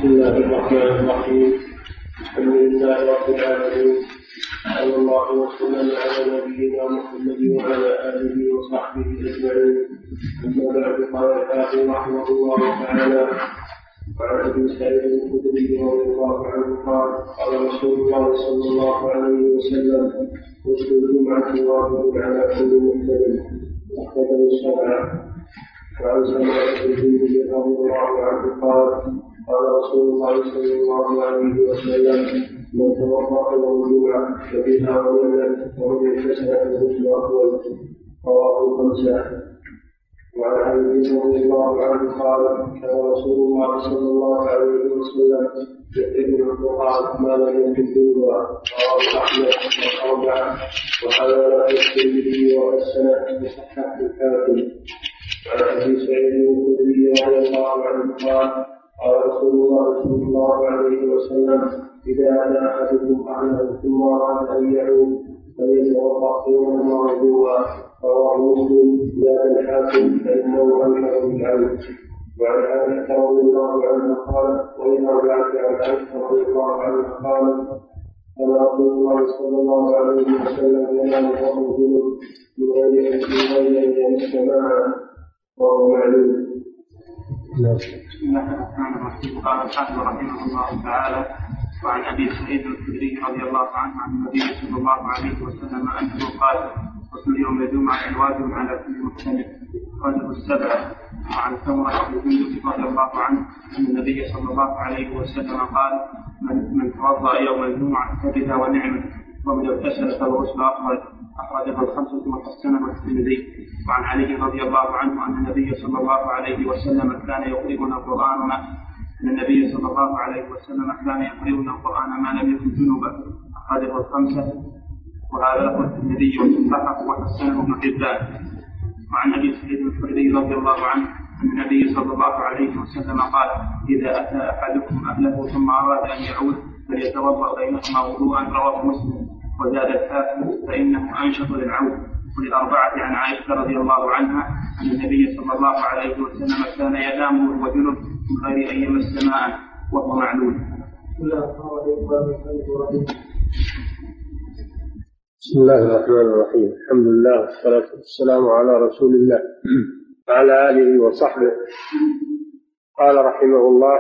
بسم الله الرحمن الرحيم. الحمد لله رب العالمين، صلى الله وسلم على نبينا محمد وعلى آله وصحبه أجمعين. أما بعد، قال الحافظ رحمه الله تعالى: وعن أبي سعيد الخدري رضي الله عنه قال: قال رسول الله صلى الله عليه وسلم: غسل الجمعة واجب على كل محتلم، أخرجه السبعة. وعن سمرة بن جندب رضي الله عنه قال: قال رسول الله صلى الله عليه وسلم: من توضأ يوم الجمعة فبها ولم ومن اغتسل فالغسل أفضل. رواه الخمسة. وعن علي رضي الله عنه قال: كان رسول الله صلى الله عليه وسلم يقرأ القرآن ما لم يكن بالجمعة. رواه أحمد والأربعة وحلال الترمذي وحسنه وصححه الحاكم. وعن أبي سعيد الخدري رضي الله عنه قال: قال رسول الله صلى الله عليه وسلم: إذا أتى أحدكم أهله ثم أراد أن يعود فليتوضأ يوما وضوءا. رواه مسلم زاد الحاكم فإنه أنكر بالعود. وعن عائشة رضي الله عنها قال: وإن رجعت عن عائشة رضي الله عنها قال: كان رسول الله صلى الله عليه وسلم ينام وهو جنب من غير أن يمس معه وهو معلوم. بسم الله الرحمن الرحيم. قال الحافظ رحمه الله تعالى: وعن ابي سعيد الخدري رضي الله عنه عن النبي صلى الله عليه وسلم انه قال: غسل يوم الجمعه واجب على كل محتلم، أخرجه السبعه. وعن سمرة بن جندب رضي الله عنه ان النبي صلى الله عليه وسلم قال: من توضأ يوم الجمعه فبها ونعمه، ومن اغتسل فالغسل افضل. أخرجه الخمسة وحسنه الترمذي. وعن علي رضي الله عنه أن النبي صلى الله عليه وسلم كان يقرئنا القرآن ما لم يكن جنبا. أخرجه الخمسة وهذا له الترمذي وصححه وحسنه ابن حبان. وعن أبي سعيد الخدري رضي الله عنه أن النبي صلى الله عليه وسلم قال: إذا أتى أحدكم أهله ثم أراد أن يعود فليتوضأ بينهما وضوءا. رواه مسلم. وزاد الحاكم فإنه أنشط للعود. وللأربعة عن عائشة رضي الله عنها أن النبي صلى الله عليه وسلم كان ينام وهو جنب من غير أن يمس ماء وهو معلول. بسم الله الرحمن الرحيم. الحمد لله والصلاة والسلام على رسول الله وعلى آله وصحبه. قال رحمه الله: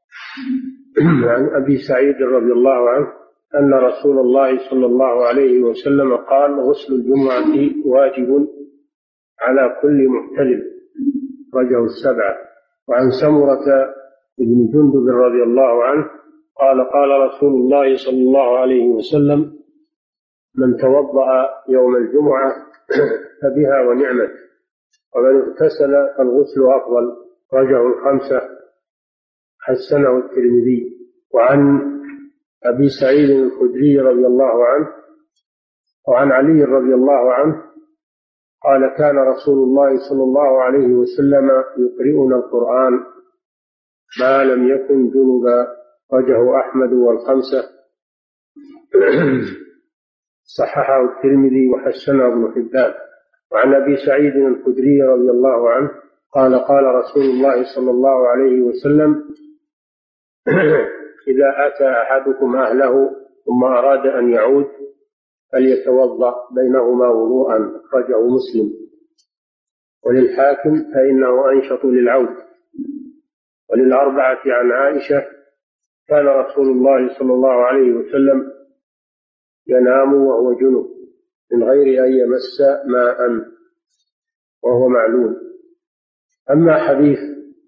عن أبي سعيد رضي الله عنه أن رسول الله صلى الله عليه وسلم قال: غسل الجمعة واجب على كل محتلم، أخرجه السبعة. وعن سمرة بن جندب رضي الله عنه قال: قال رسول الله صلى الله عليه وسلم: من توضأ يوم الجمعة فبها ونعمت، ومن اغتسل فالغسل أفضل. أخرجه الخمسة، حسنه الترمذي. وعن أبي سعيد الخدري رضي الله عنه وعن علي رضي الله عنه قال: كان رسول الله صلى الله عليه وسلم يقرئنا القرآن ما لم يكن جنبا. أخرجه أحمد والخمسة، صححه الترمذي وحسنه ابن حبان. وعن أبي سعيد الخدري رضي الله عنه قال: قال رسول الله صلى الله عليه وسلم: إذا أتى أحدكم أهله ثم أراد أن يعود فليتوضأ بينهما وضوءا. أخرجه مسلم. وللحاكم فإنه أنشط للعود. وللأربعة عن عائشة: كان رسول الله صلى الله عليه وسلم ينام وهو جنب من غير أن يمس ماء وهو معلول. أما حديث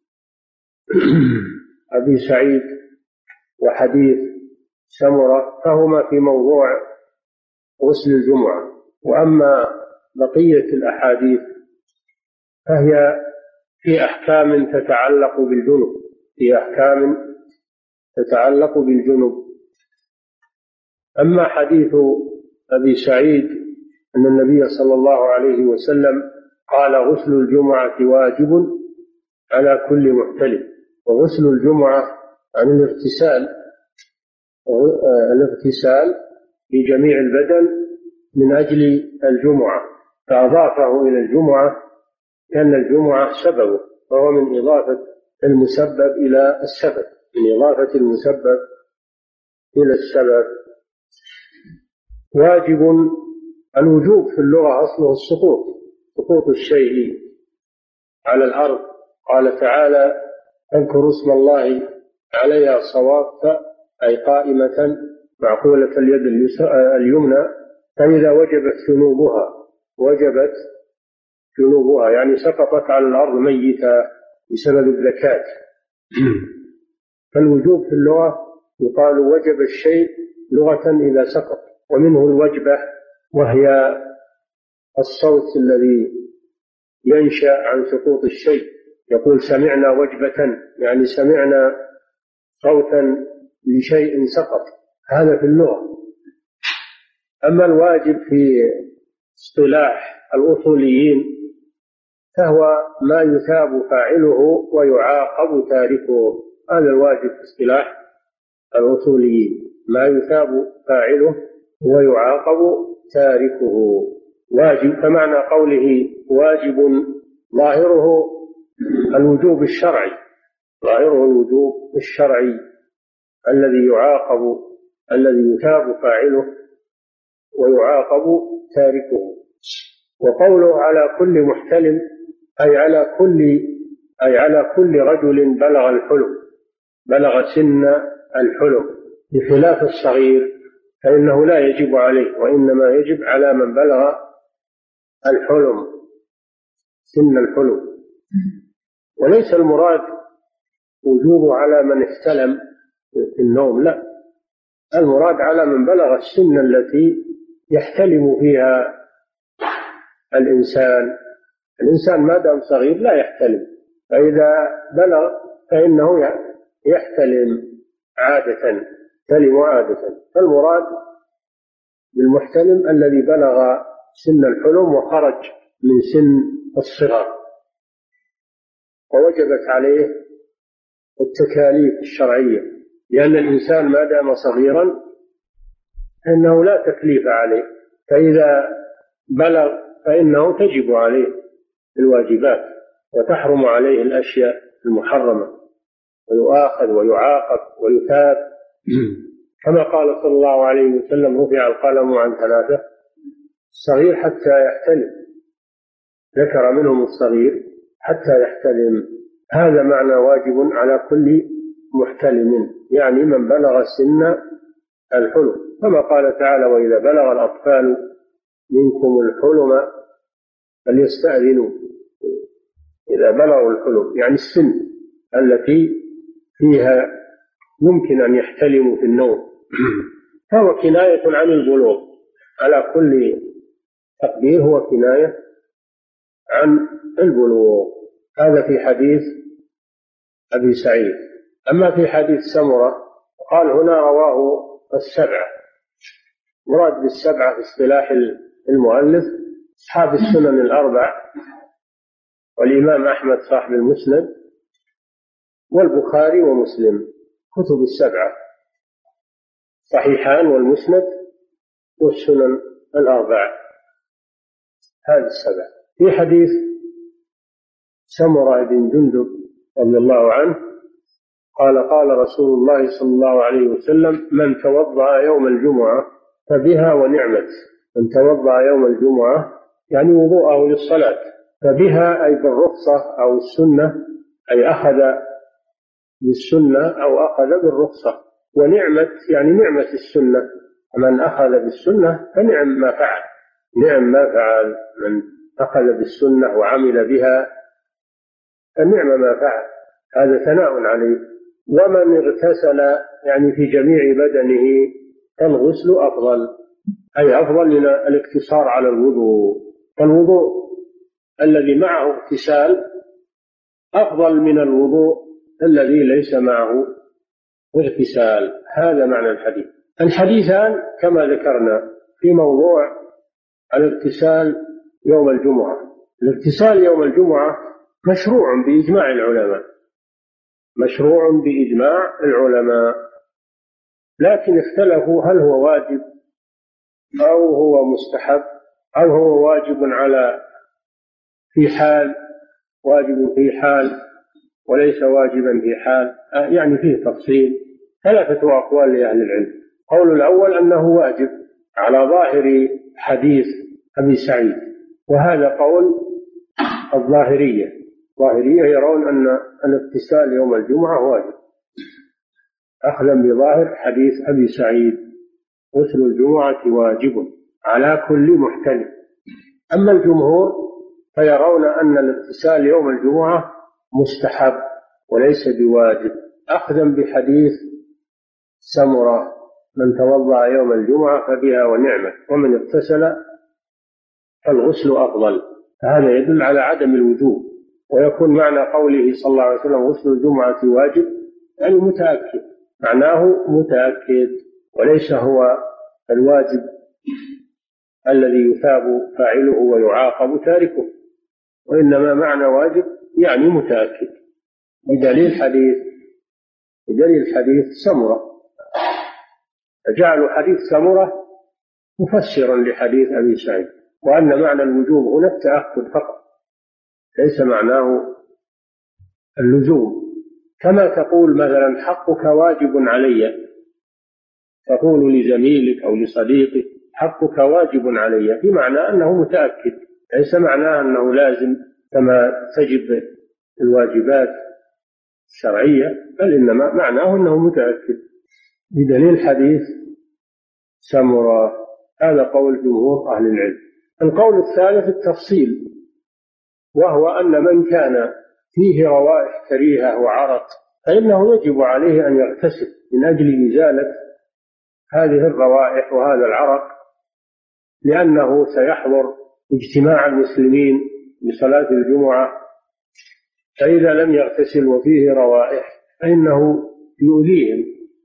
أبي سعيد وحديث سمرة فهما في موضوع غسل الجمعة. وأما بقية الأحاديث فهي في أحكام تتعلق بالجنب، أما حديث أبي سعيد أن النبي صلى الله عليه وسلم قال: غسل الجمعة واجب على كل محتلم. وغسل الجمعة عن الاغتسال بجميع البدن من أجل الجمعة، فأضافه إلى الجمعة لأن الجمعة سببه، فهو من إضافة المسبب إلى السبب. من إضافة المسبب إلى السبب. واجب، الوجوب في اللغة أصله السقوط، سقوط الشيء على الأرض. قال تعالى: اذكروا اسم الله عليها صواف، أي قائمة معقولة اليد اليمنى، فإذا وجبت جنوبها يعني سقطت على الأرض ميتة بسبب الزكاة. فالوجوب في اللغة يقال وجب الشيء لغة إذا سقط. ومنه الوجبة، وهي الصوت الذي ينشأ عن سقوط الشيء. يقول: سمعنا وجبة، يعني سمعنا صوتا لشيء سقط، هذا في اللغة. أما الواجب في اصطلاح الأصوليين فهو ما يثاب فاعله ويعاقب تاركه، هذا الواجب في اصطلاح الأصوليين، ما يثاب فاعله ويعاقب تاركه. واجب فمعنى قوله واجب ظاهره الوجوب الشرعي، ظاهره الوجوب الشرعي الذي يثاب فاعله ويعاقب تاركه. وقوله على كل محتلم أي على كل رجل بلغ سن الحلم، بخلاف الصغير فإنه لا يجب عليه، وإنما يجب على من بلغ الحلم، سن الحلم. وليس المراد وجوبه على من احتلم في النوم، لا، المراد على من بلغ السن التي يحتلم فيها الإنسان ما دام صغير لا يحتلم، فإذا بلغ فإنه يحتلم عادة، فالمراد بالمحتلم الذي بلغ سن الحلم وخرج من سن الصغر ووجبت عليه التكاليف الشرعية، لأن الإنسان ما دام صغيرا فإنه لا تكليف عليه، فإذا بلغ فإنه تجب عليه الواجبات وتحرم عليه الأشياء المحرمة، ويؤاخذ ويعاقب ويثاب، كما قال صلى الله عليه وسلم: رفع القلم عن 3: الصغير حتى يحتلم، ذكر منهم الصغير حتى يحتلم. هذا معنى واجب على كل محتلم، يعني من بلغ سن الحلم، كما قال تعالى: وإذا بلغ الأطفال منكم الحلم فليستأذنوا. إذا بلغوا الحلم يعني السن التي فيها يمكن أن يحتلموا في النوم، فهو كناية عن البلوغ، على كل تقدير هو كناية عن البلوغ. هذا في حديث أبي سعيد. أما في حديث سمرة قال هنا رواه السبعة، مراد بالسبعة في اصطلاح المؤلف أصحاب السنن الأربع، والإمام أحمد صاحب المسند، والبخاري ومسلم، كتب السبعة، صحيحان والمسند والسنن الأربع، هذه السبعة. في حديث سمرة بن جندب رضي الله عنه قال: قال رسول الله صلى الله عليه وسلم: من توضأ يوم الجمعة فبها ونعمت. من توضأ يوم الجمعة يعني وضوءه للصلاة، فبها أي بالرخصة أو السنة، أي أخذ بالسنة أو أخذ بالرخصة، ونعمت يعني نعمة السنة، من أخذ بالسنة فنعم ما فعل، نعم ما فعل، من أخذ بالسنة وعمل بها فنعم ما فعل، هذا ثناء عليه. ومن اغتسل يعني في جميع بدنه فالغسل أفضل، أي أفضل من الاقتصار على الوضوء، فالوضوء الذي معه اغتسال أفضل من الوضوء الذي ليس معه اغتسال. هذا معنى الحديث. الحديثان كما ذكرنا في موضوع الاغتسال يوم الجمعة. الاغتسال يوم الجمعة مشروع بإجماع العلماء، مشروع بإجماع العلماء، لكن اختلفوا هل هو واجب أو هو مستحب أو هو واجب على في حال، واجب في حال وليس واجبا في حال، يعني فيه تفصيل، 3 أقوال لأهل العلم. قول الأول أنه واجب على ظاهر حديث أبي سعيد، وهذا قول الظاهرية. الظاهرية يرون أن الاغتسال يوم الجمعة واجب، أخذا بظاهر حديث أبي سعيد: غسل الجمعة واجب على كل محتلم. أما الجمهور فيرون أن الاغتسال يوم الجمعة مستحب وليس بواجب، أخذا بحديث سمرة: من توضأ يوم الجمعة فبها ونعمة، ومن اغتسل فالغسل أفضل. هذا يدل على عدم الوجوب، ويكون معنى قوله صلى الله عليه وسلم: غسل الجمعة واجب، يعني متأكد، معناه متأكد، وليس هو الواجب الذي يثاب فاعله ويعاقب تاركه، وإنما معنى واجب يعني متأكد، بدليل حديث سمرة. فجعلوا حديث سمرة مفسرا لحديث أبي سعيد، وأن معنى الوجوب هنا التأكد فقط، ليس معناه اللزوم. كما تقول مثلا: حقك واجب علي، تقول لزميلك أو لصديقك: حقك واجب علي، بمعنى أنه متأكد، ليس معناه أنه لازم كما تجب الواجبات الشرعية، بل إنما معناه أنه متأكد، بدليل حديث سمرة. هذا قول جمهور أهل العلم. القول الثالث التفصيل، وهو أن من كان فيه روائح كريهة وعرق فإنه يجب عليه أن يغتسل من أجل إزالة هذه الروائح وهذا العرق، لأنه سيحضر اجتماع المسلمين لصلاة الجمعة، فإذا لم يغتسل وفيه روائح فإنه يؤذيهم،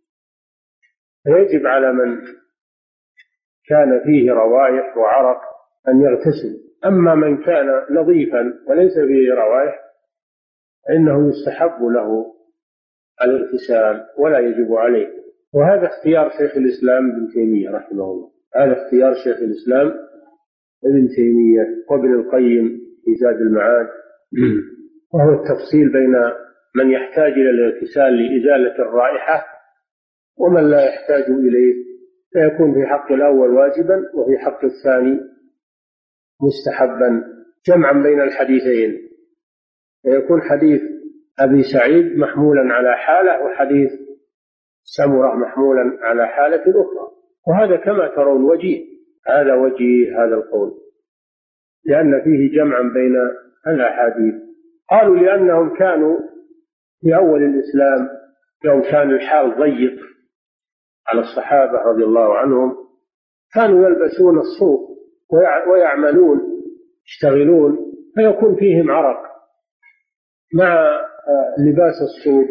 فيجب على من كان فيه روائح وعرق أن يغتسل. أما من كان نظيفا وليس فيه روائح فإنه يستحب له الاغتسال ولا يجب عليه. وهذا اختيار شيخ الإسلام ابن تيمية رحمه الله، هذا اختيار شيخ الإسلام ابن تيمية وابن القيم في زاد المعاد، وهو التفصيل بين من يحتاج إلى الاغتسال لإزالة الرائحة ومن لا يحتاج إليه، فيكون في حق الأول واجبا وفي حق الثاني مستحبا، جمعا بين الحديثين، فيكون حديث أبي سعيد محمولا على حالة وحديث سمرة محمولا على حالة أخرى. وهذا كما ترون وجيه، هذا وجيه هذا القول، لأن فيه جمعا بين الأحاديث. قالوا لأنهم كانوا في أول الإسلام يوم كان الحال ضيق على الصحابة رضي الله عنهم، كانوا يلبسون الصوف ويعملون يشتغلون، فيكون فيهم عرق مع لباس الصوف،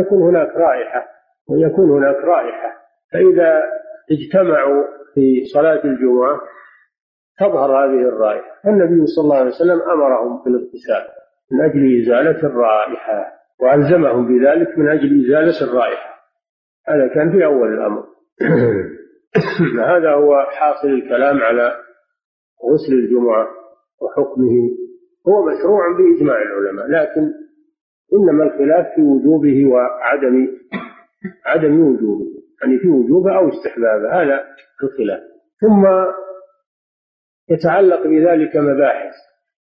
ويكون هناك رائحة، فإذا اجتمعوا في صلاة الجمعة تظهر هذه الرائحة، فالنبي صلى الله عليه وسلم أمرهم بالاغتسال من أجل إزالة الرائحة، وألزمهم بذلك من أجل إزالة الرائحة. هذا كان في أول الأمر. هذا هو حاصل الكلام على غسل الجمعة وحكمه، هو مشروع بإجماع العلماء، لكن إنما الخلاف في وجوبه وعدم وجوبه، يعني في وجوبه أو استحبابه، هذا الخلاف. ثم يتعلق بذلك مباحث،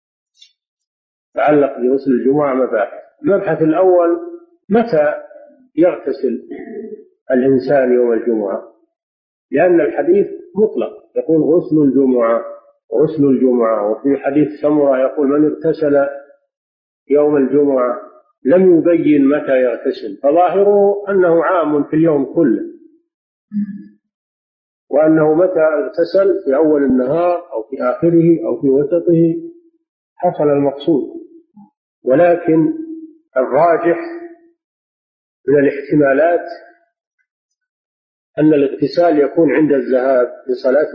يتعلق بغسل الجمعة مباحث. المبحث الأول: متى يغتسل الإنسان يوم الجمعة؟ لأن الحديث مطلق، يقول غسل الجمعة، وفي حديث سمرة يقول: من اغتسل يوم الجمعة، لم يبين متى يغتسل، فظاهره أنه عام في اليوم كله، وأنه متى اغتسل في أول النهار أو في آخره أو في وسطه حصل المقصود. ولكن الراجح من الاحتمالات أن الاغتسال يكون عند الذهاب لصلاة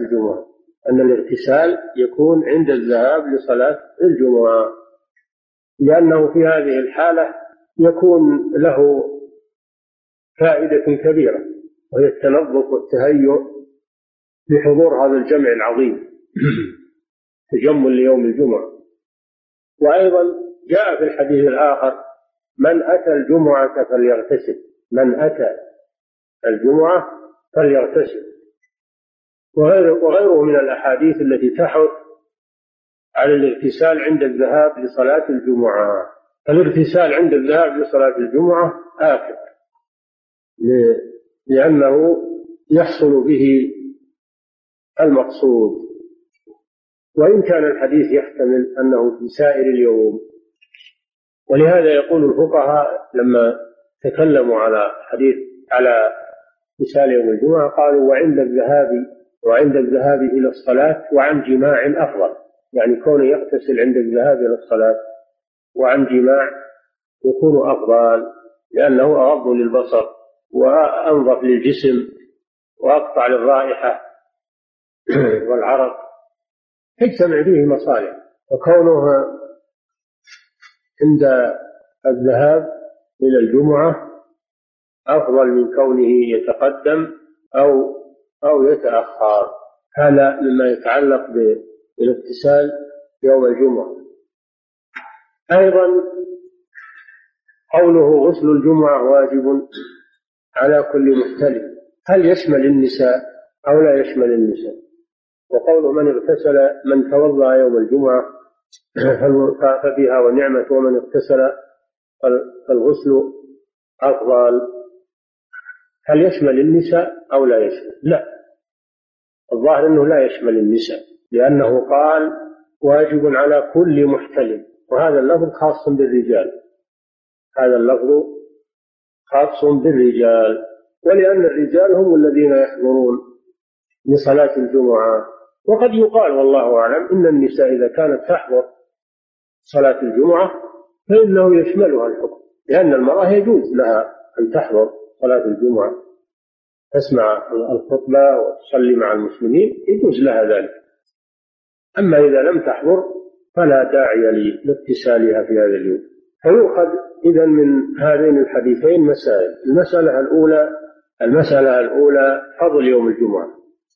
الجمعة، لأنه في هذه الحالة يكون له فائدة كبيرة، وهي التنظف والتهيؤ لحضور هذا الجمع العظيم، تجمل ليوم الجمعة. وأيضا جاء في الحديث الآخر من أتى الجمعة فليغتسل، من أتى الجمعة فليغتسل، وغيره من الأحاديث التي تحث على الاغتسال عند الذهاب لصلاة الجمعة. الاغتسال عند الذهاب لصلاة الجمعة آكد، لأنه يحصل به المقصود، وإن كان الحديث يحتمل أنه في سائر اليوم. ولهذا يقول الفقهاء لما تكلموا على اغتسال يوم الجمعة قالوا وعند الذهاب إلى الصلاة وعن جماع أفضل، يعني كونه يغتسل عند الذهاب إلى الصلاة وعن جماع يكون أفضل، لأنه أغض للبصر وأنظف للجسم وأقطع للرائحة والعرق، يجتمع فيه مصالح. وكونه عند الذهاب إلى الجمعة أفضل من كونه يتقدم أو يتأخر. هذا مما يتعلق بالاغتسال يوم الجمعة. أيضا قوله غسل الجمعة واجب على كل محتلم، هل يشمل النساء أو لا يشمل النساء؟ وقوله من توضأ يوم الجمعة فبها ونعمة، ومن اغتسل فالغسل أفضل، هل يشمل النساء أو لا يشمل؟ لا، الظاهر أنه لا يشمل النساء، لأنه قال واجب على كل محتلم، وهذا اللفظ خاص بالرجال، هذا اللفظ خاص بالرجال، ولأن الرجال هم الذين يحضرون لصلاة الجمعة. وقد يقال والله أعلم إن النساء إذا كانت تحضر صلاة الجمعة فإنه يشملها الحكم، لأن المرأة يجوز لها أن تحضر صلاة الجمعة، تسمع الخطبة وتصلي مع المسلمين، يجوز لها ذلك. أما إذا لم تحضر فلا داعي لاغتسالها في هذا اليوم. فيؤخذ إذن من هذين الحديثين مسائل. المسألة الأولى فضل يوم الجمعة،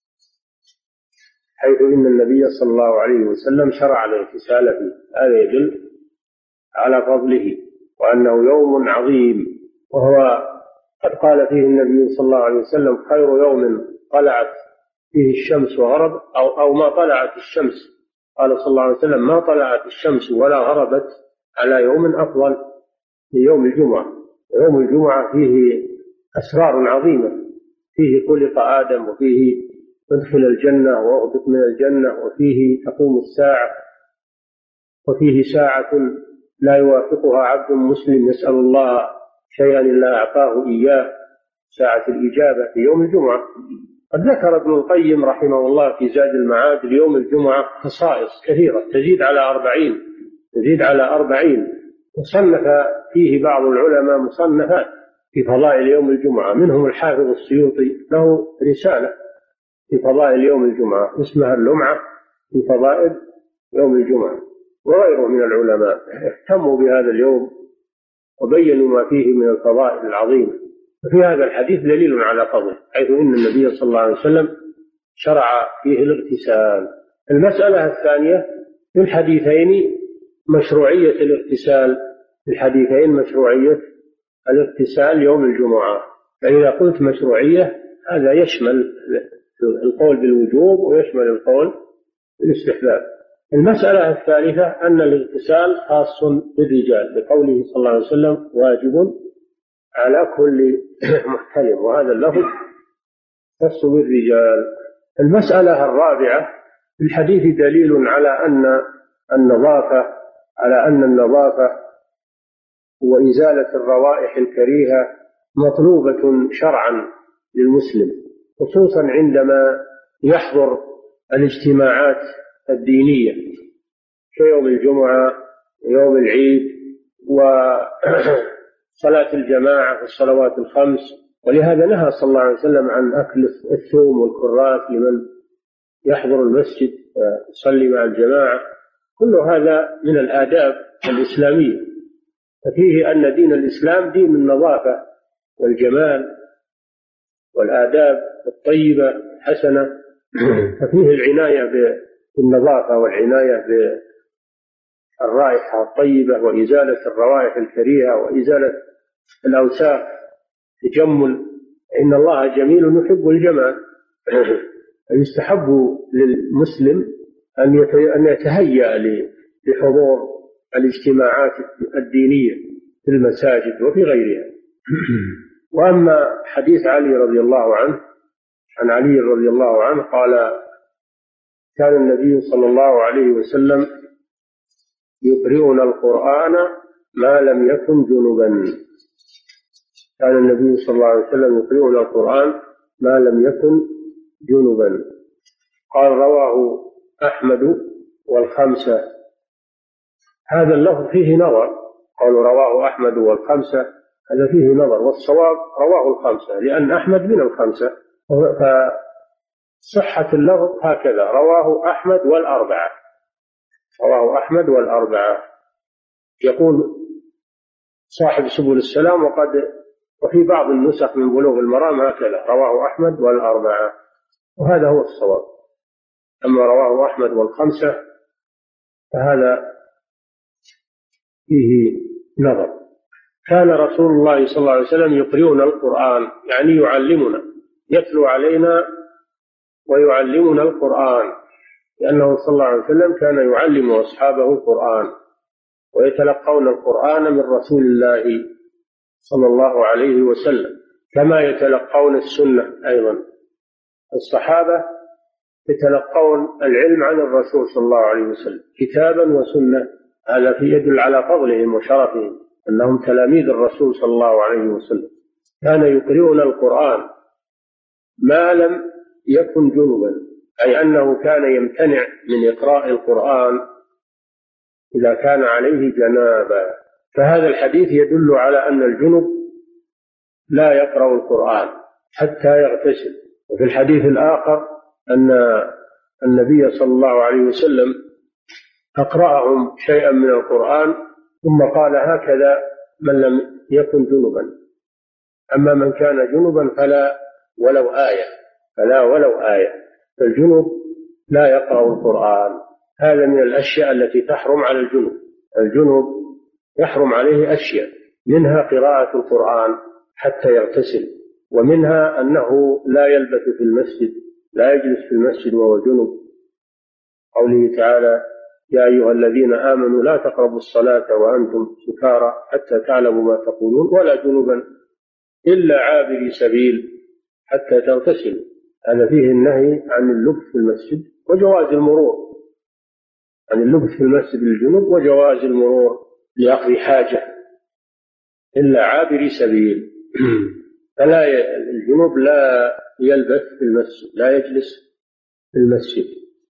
حيث إن النبي صلى الله عليه وسلم شرع الاغتسال فيه، هذا يدل على فضله وأنه يوم عظيم. وهو قد قال فيه النبي صلى الله عليه وسلم خير يوم طلعت فيه الشمس وغرب أو ما طلعت الشمس، قال صلى الله عليه وسلم ما طلعت الشمس ولا غربت على يوم أفضل من يوم الجمعة. يوم الجمعة فيه أسرار عظيمة، فيه خلق آدم، وفيه ادخل الجنة واهبط من الجنة، وفيه تقوم الساعة، وفيه ساعة لا يوافقها عبد مسلم يسأل الله شيئا إلا أعطاه إياه، ساعة الإجابة في يوم الجمعة. قد ذكر ابن القيم رحمه الله في زاد المعاد ليوم الجمعة خصائص كثيرة تزيد على 40، وصنف فيه بعض العلماء مصنفات في فضائل يوم الجمعة، منهم الحافظ السيوطي له رسالة في فضائل يوم الجمعة اسمها اللمعة في فضائل يوم الجمعة، وغيره من العلماء اهتموا بهذا اليوم وبينوا ما فيه من الفضائل العظيمة. وفي هذا الحديث دليل على فضله، حيث إن النبي صلى الله عليه وسلم شرع فيه الاغتسال. المسألة الثانية في الحديثين مشروعية الاغتسال، في الحديثين مشروعية الاغتسال يوم الجمعة. فإذا قلت مشروعية هذا يشمل القول بالوجوب ويشمل القول بالاستحباب. المسألة الثالثة أن الاغتسال خاص بالرجال، لقوله صلى الله عليه وسلم واجب على كل محتلم، وهذا اللفظ خاص بالرجال. المسألة الرابعة في الحديث دليل على أن النظافة وإزالة الروائح الكريهة مطلوبة شرعا للمسلم، خصوصا عندما يحضر الاجتماعات الدينية كيوم الجمعة ويوم العيد وصلاة الجماعة والصلوات الخمس. ولهذا نهى صلى الله عليه وسلم عن أكل الثوم والكراث لمن يحضر المسجد يصلي مع الجماعة. كل هذا من الآداب الإسلامية، ففيه أن دين الإسلام دين النظافة والجمال والآداب الطيبة الحسنة، ففيه العناية بالنظافة والعناية الرائحة الطيبة وإزالة الروائح الكريهة وإزالة الأوساخ، تجمل. إن الله جميل يحب الجمال. يستحب للمسلم أن يتهيأ لحضور الاجتماعات الدينية في المساجد وفي غيرها. وأما حديث علي رضي الله عنه، عن علي رضي الله عنه قال: كان النبي صلى الله عليه وسلم يقرئنا القرآن ما لم يكن جنبا. كان النبي صلى الله عليه وسلم يقرئنا القرآن ما لم يكن جنبا. قال: رواه أحمد والخمسة. هذا اللفظ فيه نظر، قالوا رواه أحمد والخمسة، هذا فيه نظر، والصواب رواه الخمسة، لأن أحمد من الخمسة، فصحة اللفظ هكذا: رواه أحمد والأربعة. رواه أحمد والأربعة. يقول صاحب سبل السلام: وفي بعض النسخ من بلوغ المرام هكذا: رواه أحمد والأربعة، وهذا هو الصواب. أما رواه أحمد والخمسة فهذا فيه نظر. كان رسول الله صلى الله عليه وسلم يقرئنا القرآن، يعني يعلمنا، يتلو علينا ويعلمنا القرآن، لأنه صلى الله عليه وسلم كان يعلم أصحابه القرآن، ويتلقون القرآن من رسول الله صلى الله عليه وسلم، كما يتلقون السنة أيضا. الصحابة يتلقون العلم عن الرسول صلى الله عليه وسلم كتابا وسنة. هذا يدل على فضلهم وشرفهم، أنهم تلاميذ الرسول صلى الله عليه وسلم. كان يقرئنا القرآن ما لم يكن جنبا، أي أنه كان يمتنع من إقراء القرآن إذا كان عليه جنابة. فهذا الحديث يدل على أن الجنب لا يقرأ القرآن حتى يغتسل. وفي الحديث الآخر أن النبي صلى الله عليه وسلم أقرأهم شيئا من القرآن ثم قال: هكذا من لم يكن جنبا، أما من كان جنبا فلا ولو آية. فالجنب لا يقرأ القرآن. هذا من الأشياء التي تحرم على الجنب. الجنب يحرم عليه أشياء، منها قراءة القرآن حتى يغتسل، ومنها أنه لا يلبث في المسجد، لا يجلس في المسجد وهو جنب. قوله تعالى: يا أيها الذين آمنوا لا تقربوا الصلاة وأنتم سكارى حتى تعلموا ما تقولون ولا جنبا إلا عابري سبيل حتى تغتسلوا. هذا فيه النهي عن اللبث في المسجد وجواز المرور، عن اللبث في المسجد للجنوب وجواز المرور لأخذ حاجة، إلا عابري سبيل. فلا الجنوب لا يلبث في المسجد، لا يجلس في المسجد.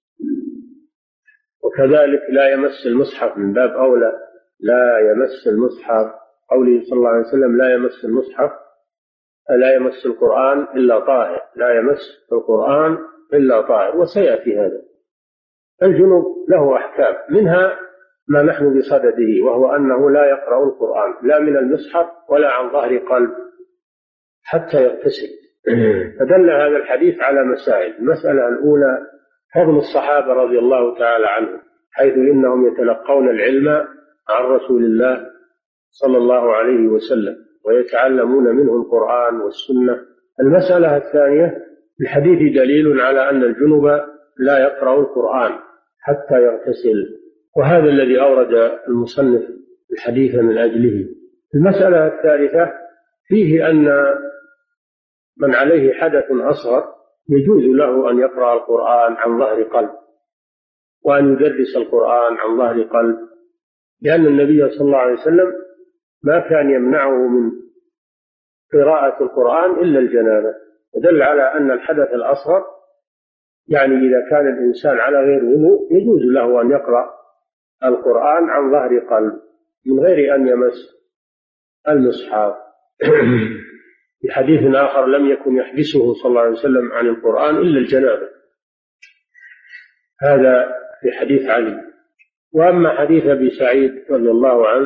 وكذلك لا يمس المصحف، من باب أولى لا يمس المصحف. قوله صلى الله عليه وسلم: لا يمس المصحف، لا يمس القرآن إلا طاهر، لا يمس القرآن إلا طاهر. وسيأتي هذا. الجنوب له أحكام، منها ما نحن بصدده، وهو أنه لا يقرأ القرآن لا من المصحف ولا عن ظهر قلب حتى يغتسل. فدل هذا الحديث على مسائل. المسألة الأولى: فضل الصحابة رضي الله تعالى عنهم، حيث إنهم يتلقون العلم عن رسول الله صلى الله عليه وسلم ويتعلمون منه القرآن والسنة. المسألة الثانية: الحديث دليل على أن الجنب لا يقرأ القرآن حتى يغتسل، وهذا الذي أورد المصنف الحديث من أجله. المسألة الثالثة: فيه أن من عليه حدث أصغر يجوز له أن يقرأ القرآن عن ظهر قلب، وأن يدرس القرآن عن ظهر قلب، لأن النبي صلى الله عليه وسلم ما كان يمنعه من قراءة القرآن إلا الجنابة. ودل على أن الحدث الأصغر، يعني إذا كان الإنسان على غير وضوء، يجوز له أن يقرأ القرآن عن ظهر قلب من غير أن يمس المصحف. في حديث آخر: لم يكن يحبسه صلى الله عليه وسلم عن القرآن إلا الجنابة. هذا في حديث علي. وأما حديث أبي سعيد رضي الله عنه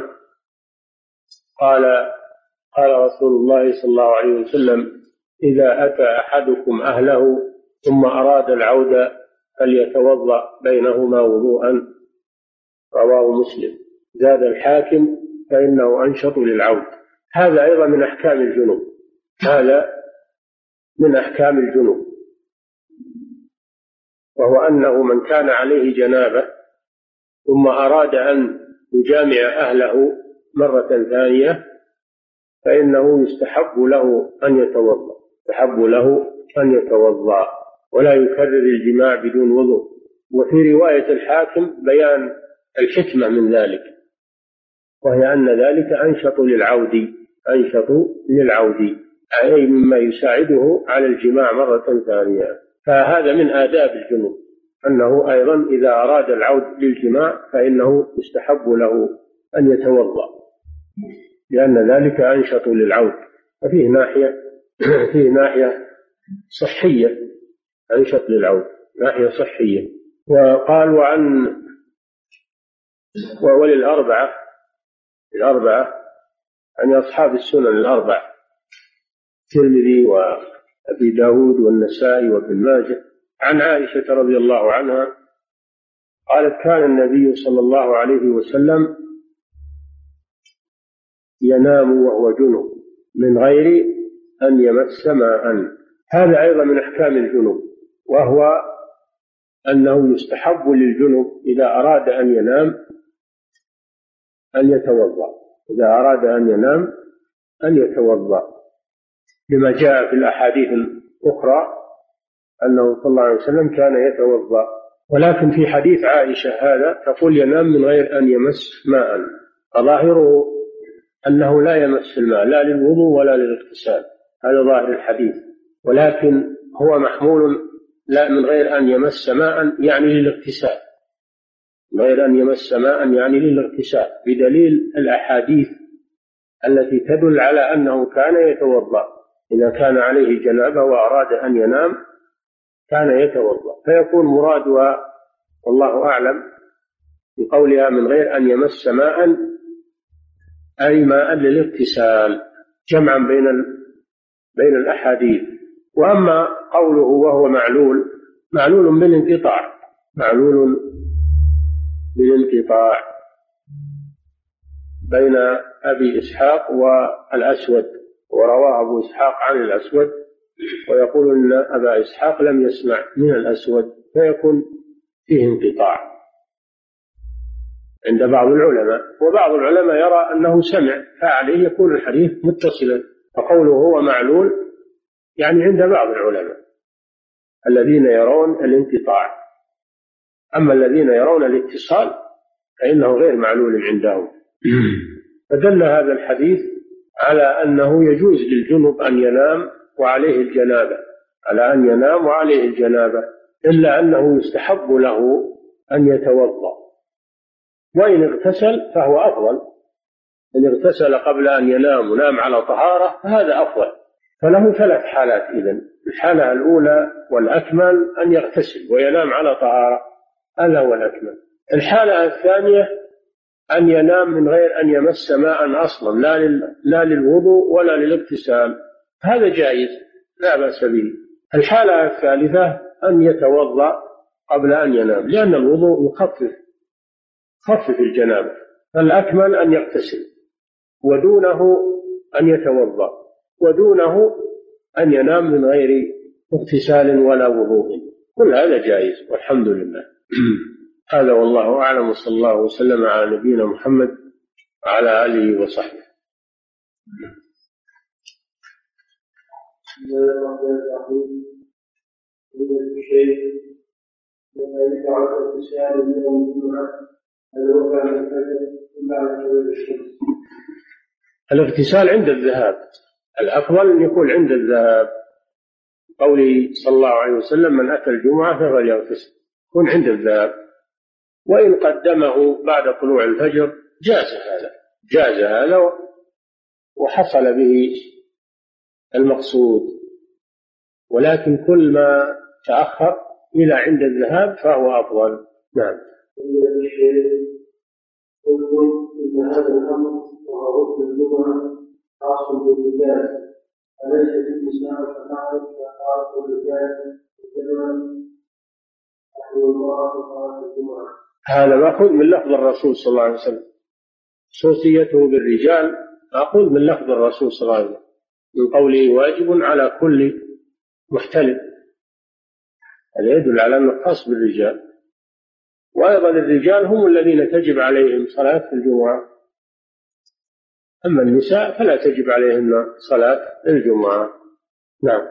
قال رسول الله صلى الله عليه وسلم: إذا أتى أحدكم أهله ثم أراد العودة فليتوضأ بينهما وضوءا رواه مسلم. زاد الحاكم فإنه أنشط للعود. هذا أيضا من أحكام الجنوب، هذا من أحكام الجنوب، وهو أنه من كان عليه جنابة ثم أراد أن يجامع أهله مرة ثانية فإنه يستحب له أن يتوضأ ولا يكرر الجماع بدون وضوء. وفي رواية الحاكم بيان الحكمة من ذلك، وهي أن ذلك أنشط للعود، أي مما يساعده على الجماع مرة ثانية. فهذا من آداب الجنوب، أنه أيضا إذا أراد العود للجماع فإنه يستحب له أن يتوضأ، لأن ذلك أنشط للعود. ففيه ناحية صحية، أنشط للعود ناحية صحية. وقال وللأربعة عن أصحاب السنن الأربعة، الترمذي وأبي داود والنسائي وابن ماجه، عن عائشة رضي الله عنها قالت كان النبي صلى الله عليه وسلم ينام وهو جنب من غير أن يمس ماء. هذا أيضا من أحكام الجنوب، وهو أنه يستحب للجنب إذا أراد أن ينام أن يتوضأ، لما جاء في الأحاديث الأخرى أنه صلى الله عليه وسلم كان يتوضأ. ولكن في حديث عائشة هذا تقول ينام من غير أن يمس ماء، فظاهره أنه لا يمس الماء لا للوضوء ولا للاغتسال، هذا ظاهر الحديث. ولكن هو محمول لا من غير أن يمس ماء يعني للاغتسال، بدليل الأحاديث التي تدل على أنه كان يتوضأ إذا كان عليه جنابة وأراد أن ينام كان يتوضأ. فيكون مرادها والله أعلم بقولها من غير أن يمس ماء أي ماء للاغتسال، جمعا بين الأحاديث. وأما قوله وهو معلول بالانقطاع بين أبي إسحاق والأسود، ورواه أبو إسحاق عن الأسود ويقول أن أبا إسحاق لم يسمع من الأسود، فيكون فيه انقطاع عند بعض العلماء. وبعض العلماء يرى أنه سمع، فعليه يكون الحديث متصلا. فقوله هو معلول يعني عند بعض العلماء الذين يرون الانقطاع، أما الذين يرون الاتصال فإنه غير معلول عندهم. فدل هذا الحديث على أنه يجوز للجنب أن ينام وعليه الجنابة، إلا أنه يستحب له أن يتوضأ، وإن اغتسل فهو أفضل. إن اغتسل قبل أن ينام ونام على طهارة فهذا أفضل. فله 3 حالات إذن: الحالة الأولى والأكمل أن يغتسل وينام على طهارة، هذا هو الأكمل. الحالة الثانية أن ينام من غير أن يمس ماء أصلا، لا للوضوء ولا للاغتسال، هذا جائز لا بأس به. الحالة الثالثة أن يتوضأ قبل أن ينام، لأن الوضوء يخفف الجنابة. فالأكمل أن يغتسل، ودونه أن يتوضأ، ودونه أن ينام من غير اغتسال ولا وضوء. كل هذا جائز والحمد لله. هذا والله أعلم، وصلى الله وسلم على نبينا محمد وعلى آله وصحبه. الاغتسال عند الذهاب، الأفضل أن يكون عند الذهاب، قوله صلى الله عليه وسلم من أتى الجمعة فليغتسل، يكون عند الذهاب. وإن قدمه بعد طلوع الفجر جاز هذا وحصل به المقصود، ولكن كل ما تأخر إلى عند الذهاب فهو أفضل. نعم. إن هذا الأمر وهو غسل الجمعة خاص بالرجال، أليس في النساء فقط خاص بالرجال الجمعة نحو المرأة صلاة الجمعة؟ هذا مأخوذ من لفظ الرسول صلى الله عليه وسلم، خصوصيته بالرجال مأخوذ من لفظ الرسول صلى الله عليه وسلم من قوله واجب على كل محتلم، هذا يدل على أنه خاص بالرجال. وأيضا الرجال هم الذين تجب عليهم صلاة الجمعة، أما النساء فلا تجب عليهن صلاة الجمعة. نعم.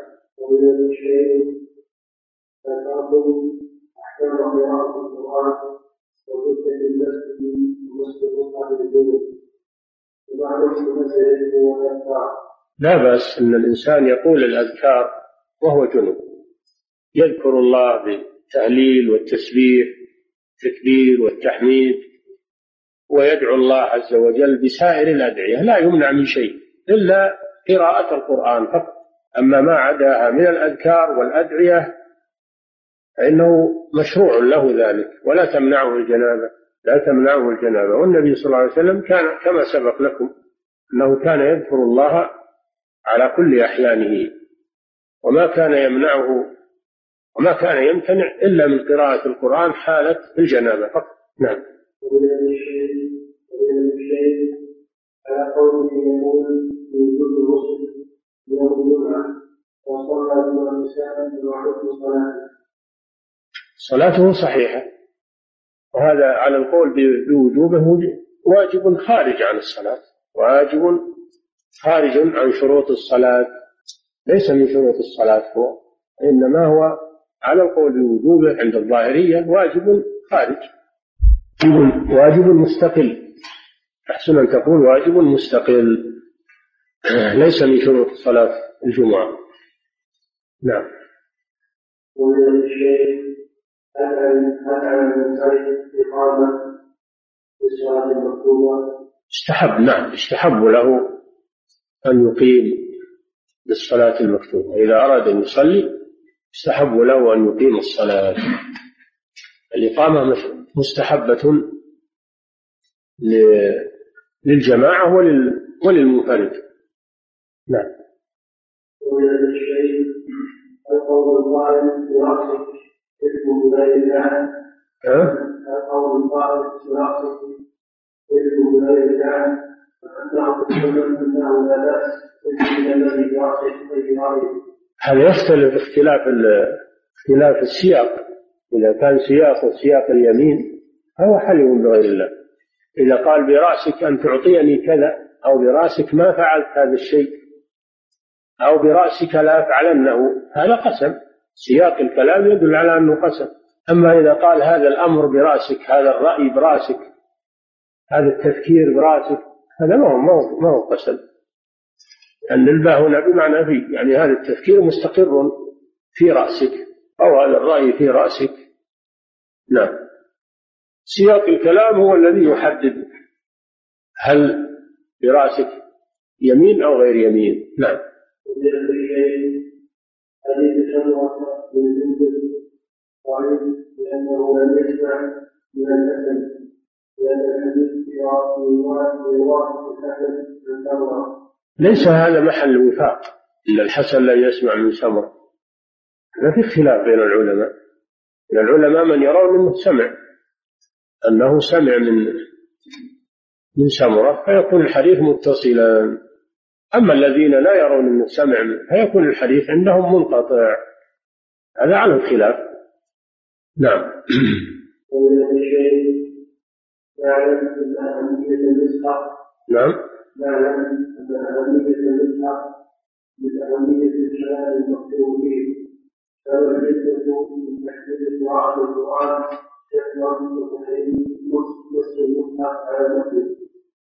لا بأس أن الإنسان يقول الأذكار وهو جنب، يذكر الله بالتهليل والتسبيح والتكبير والتحميد، ويدعو الله عز وجل بسائر الأدعية، لا يمنع من شيء إلا قراءة القرآن فقط. أما ما عداها من الأذكار والأدعية فإنه مشروع له ذلك، ولا تمنعه الجنابة، لا تمنعه الجنابة. والنبي صلى الله عليه وسلم كان كما سبق لكم أنه كان يذكر الله على كل أحيانه، وما كان يمنعه وما كان يمتنع إلا من قراءة القرآن حالة الجنابة فقط. نعم. على قوله يقول وجود المسلم يوم الجمعة وصلى بما النساء وعرف صلاته صحيحة، وهذا على القول بوجوبه واجب خارج عن الصلاة، واجب خارج عن شروط الصلاة، ليس من شروط الصلاة هو، إنما هو على القول بوجوبه عند الظاهرية واجب خارج، واجب مستقل، أحسن أن تقول واجب مستقل، ليس من شروط صلاة الجمعة. نعم. ومن الشيء هل على المنفرد إقامة الصلاة المكتوبة؟ استحب، نعم، استحب له أن يقيم بالصلاة المكتوبة، إذا أراد أن يصلي استحب له أن يقيم الصلاة. الإقامة مستحبة للجماعة وللمنفرد. نعم. ومن الشيء القول الظاهر برأسك اسم بغير الله، القول الظاهر برأسك اسم بغير الله، فأنه أنه لا بأس اسم الذي برأسك وجهاره. هذا يختلف اختلاف السياق، إذا كان سياق اليمين فهو حلف بغير الله. إذا قال برأسك أن تعطيني كذا، أو برأسك ما فعلت هذا الشيء، أو برأسك لا أفعلنه، هذا قسم، سياق الكلام يدل على أنه قسم. أما إذا قال هذا الأمر برأسك، هذا الرأي برأسك، هذا التفكير برأسك، هذا ما هو قسم. أن الباء هنا بمعنى في، يعني هذا التفكير مستقر في رأسك، أو هذا الرأي في رأسك. نعم. سياق الكلام هو الذي يحدد هل برأسك يمين أو غير يمين. نعم. لأنه لم يسمع من الأسد، لأن الحديث في رواية الحسن من سمرة. ليس هذا محل وفاق، إن الحسن لا يسمع من سمرة، ما في خلاف بين العلماء. من العلماء من يرون أنه سمع من سمرة فيكون الحديث متصلا، أما الذين لا يرون أنه سمع فيكون الحديث عندهم منقطع، هذا على الخلاف. نعم. ومن الشيء نعلم أن أهمية المصحف، نعم، نعلم أن أهمية المصحف من أهمية الكلام المكتوب فيه، فهو الحكمة من تحديد قراءة القرآن شكرا وتحريم مس المصحف على المسلم.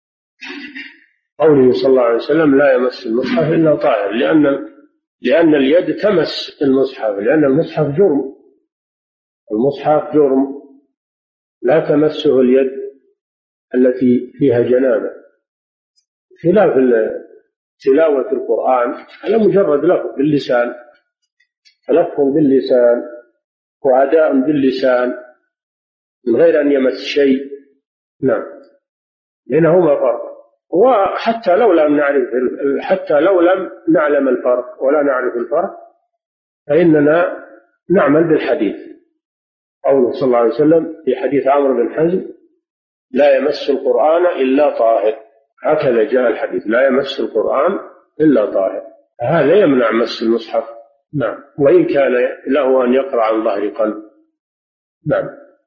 قوله صلى الله عليه وسلم لا يمس المصحف إلا طاهر، لأن اليد تمس المصحف، لأن المصحف جرم، المصحف جرم لا تمسه اليد التي فيها جنابة، خلاف تلاوة القرآن على مجرد لفظ باللسان، تلفظ باللسان وأداء باللسان من غير أن يمس شيء. نعم. بينهما فرق، وحتى لو لم نعلم الفرق ولا نعرف الفرق فإننا نعمل بالحديث، قوله صلى الله عليه وسلم في حديث عمرو بن حزم: لا يمس القرآن إلا طاهر. هكذا جاء الحديث: لا يمس القرآن إلا طاهر. هذا يمنع مس المصحف، نعم، وإن كان له أن يقرأ عن ظهر قلب. نعم.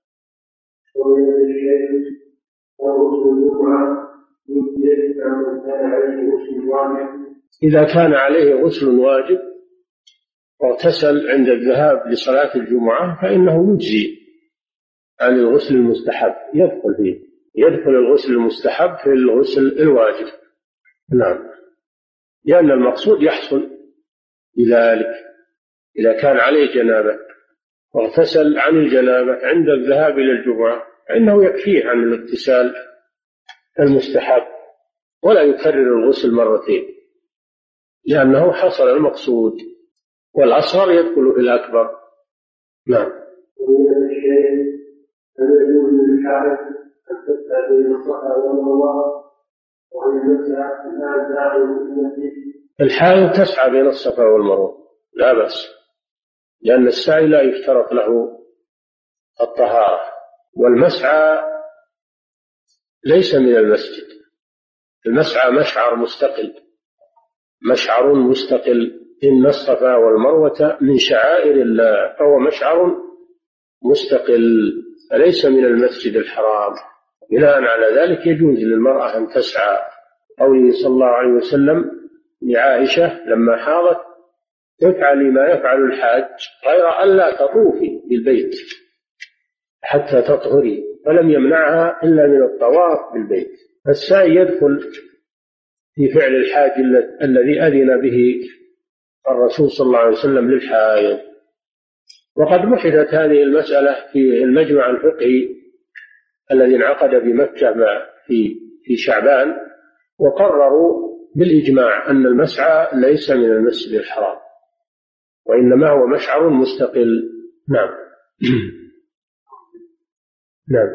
إذا كان عليه غسل واجب واغتسل عند الذهاب لصلاة الجمعة فإنه يجزي عن الغسل المستحب، يدخل الغسل المستحب في الغسل الواجب. نعم، لأن المقصود يحصل بذلك. إذا كان عليه جنابة واغتسل عن الجنابة عند الذهاب إلى الجمعة فإنه يكفيه عن الاغتسال المستحب، ولا يكرر الغسل مرتين، لأنه حصل المقصود، والأصغر يدخل في الأكبر. نعم. الحائض تسعى بين الصفا والمروة لا بأس، لأن السعي لا يشترط له الطهارة، والمسعى ليس من المسجد. المسعى مشعر مستقل. إن الصفا والمروة من شعائر الله، فهو مشعر مستقل فليس من المسجد الحرام. بناء على ذلك يجوز للمرأة أن تسعى. قوله صلى الله عليه وسلم لعائشة لما حاضت: افعلي ما يفعل الحاج غير أن لا تطوفي بالبيت حتى تطهري، فلم يمنعها إلا من الطواف بالبيت. السعي يدخل في فعل الحاج الذي أذن به الرسول صلى الله عليه وسلم للحائض. وقد بحثت هذه المسألة في المجمع الفقهي الذي انعقد بمكة في شعبان، وقرروا بالإجماع أن المسعى ليس من المسجد الحرام، وإنما هو مشعر مستقل. نعم. نعم.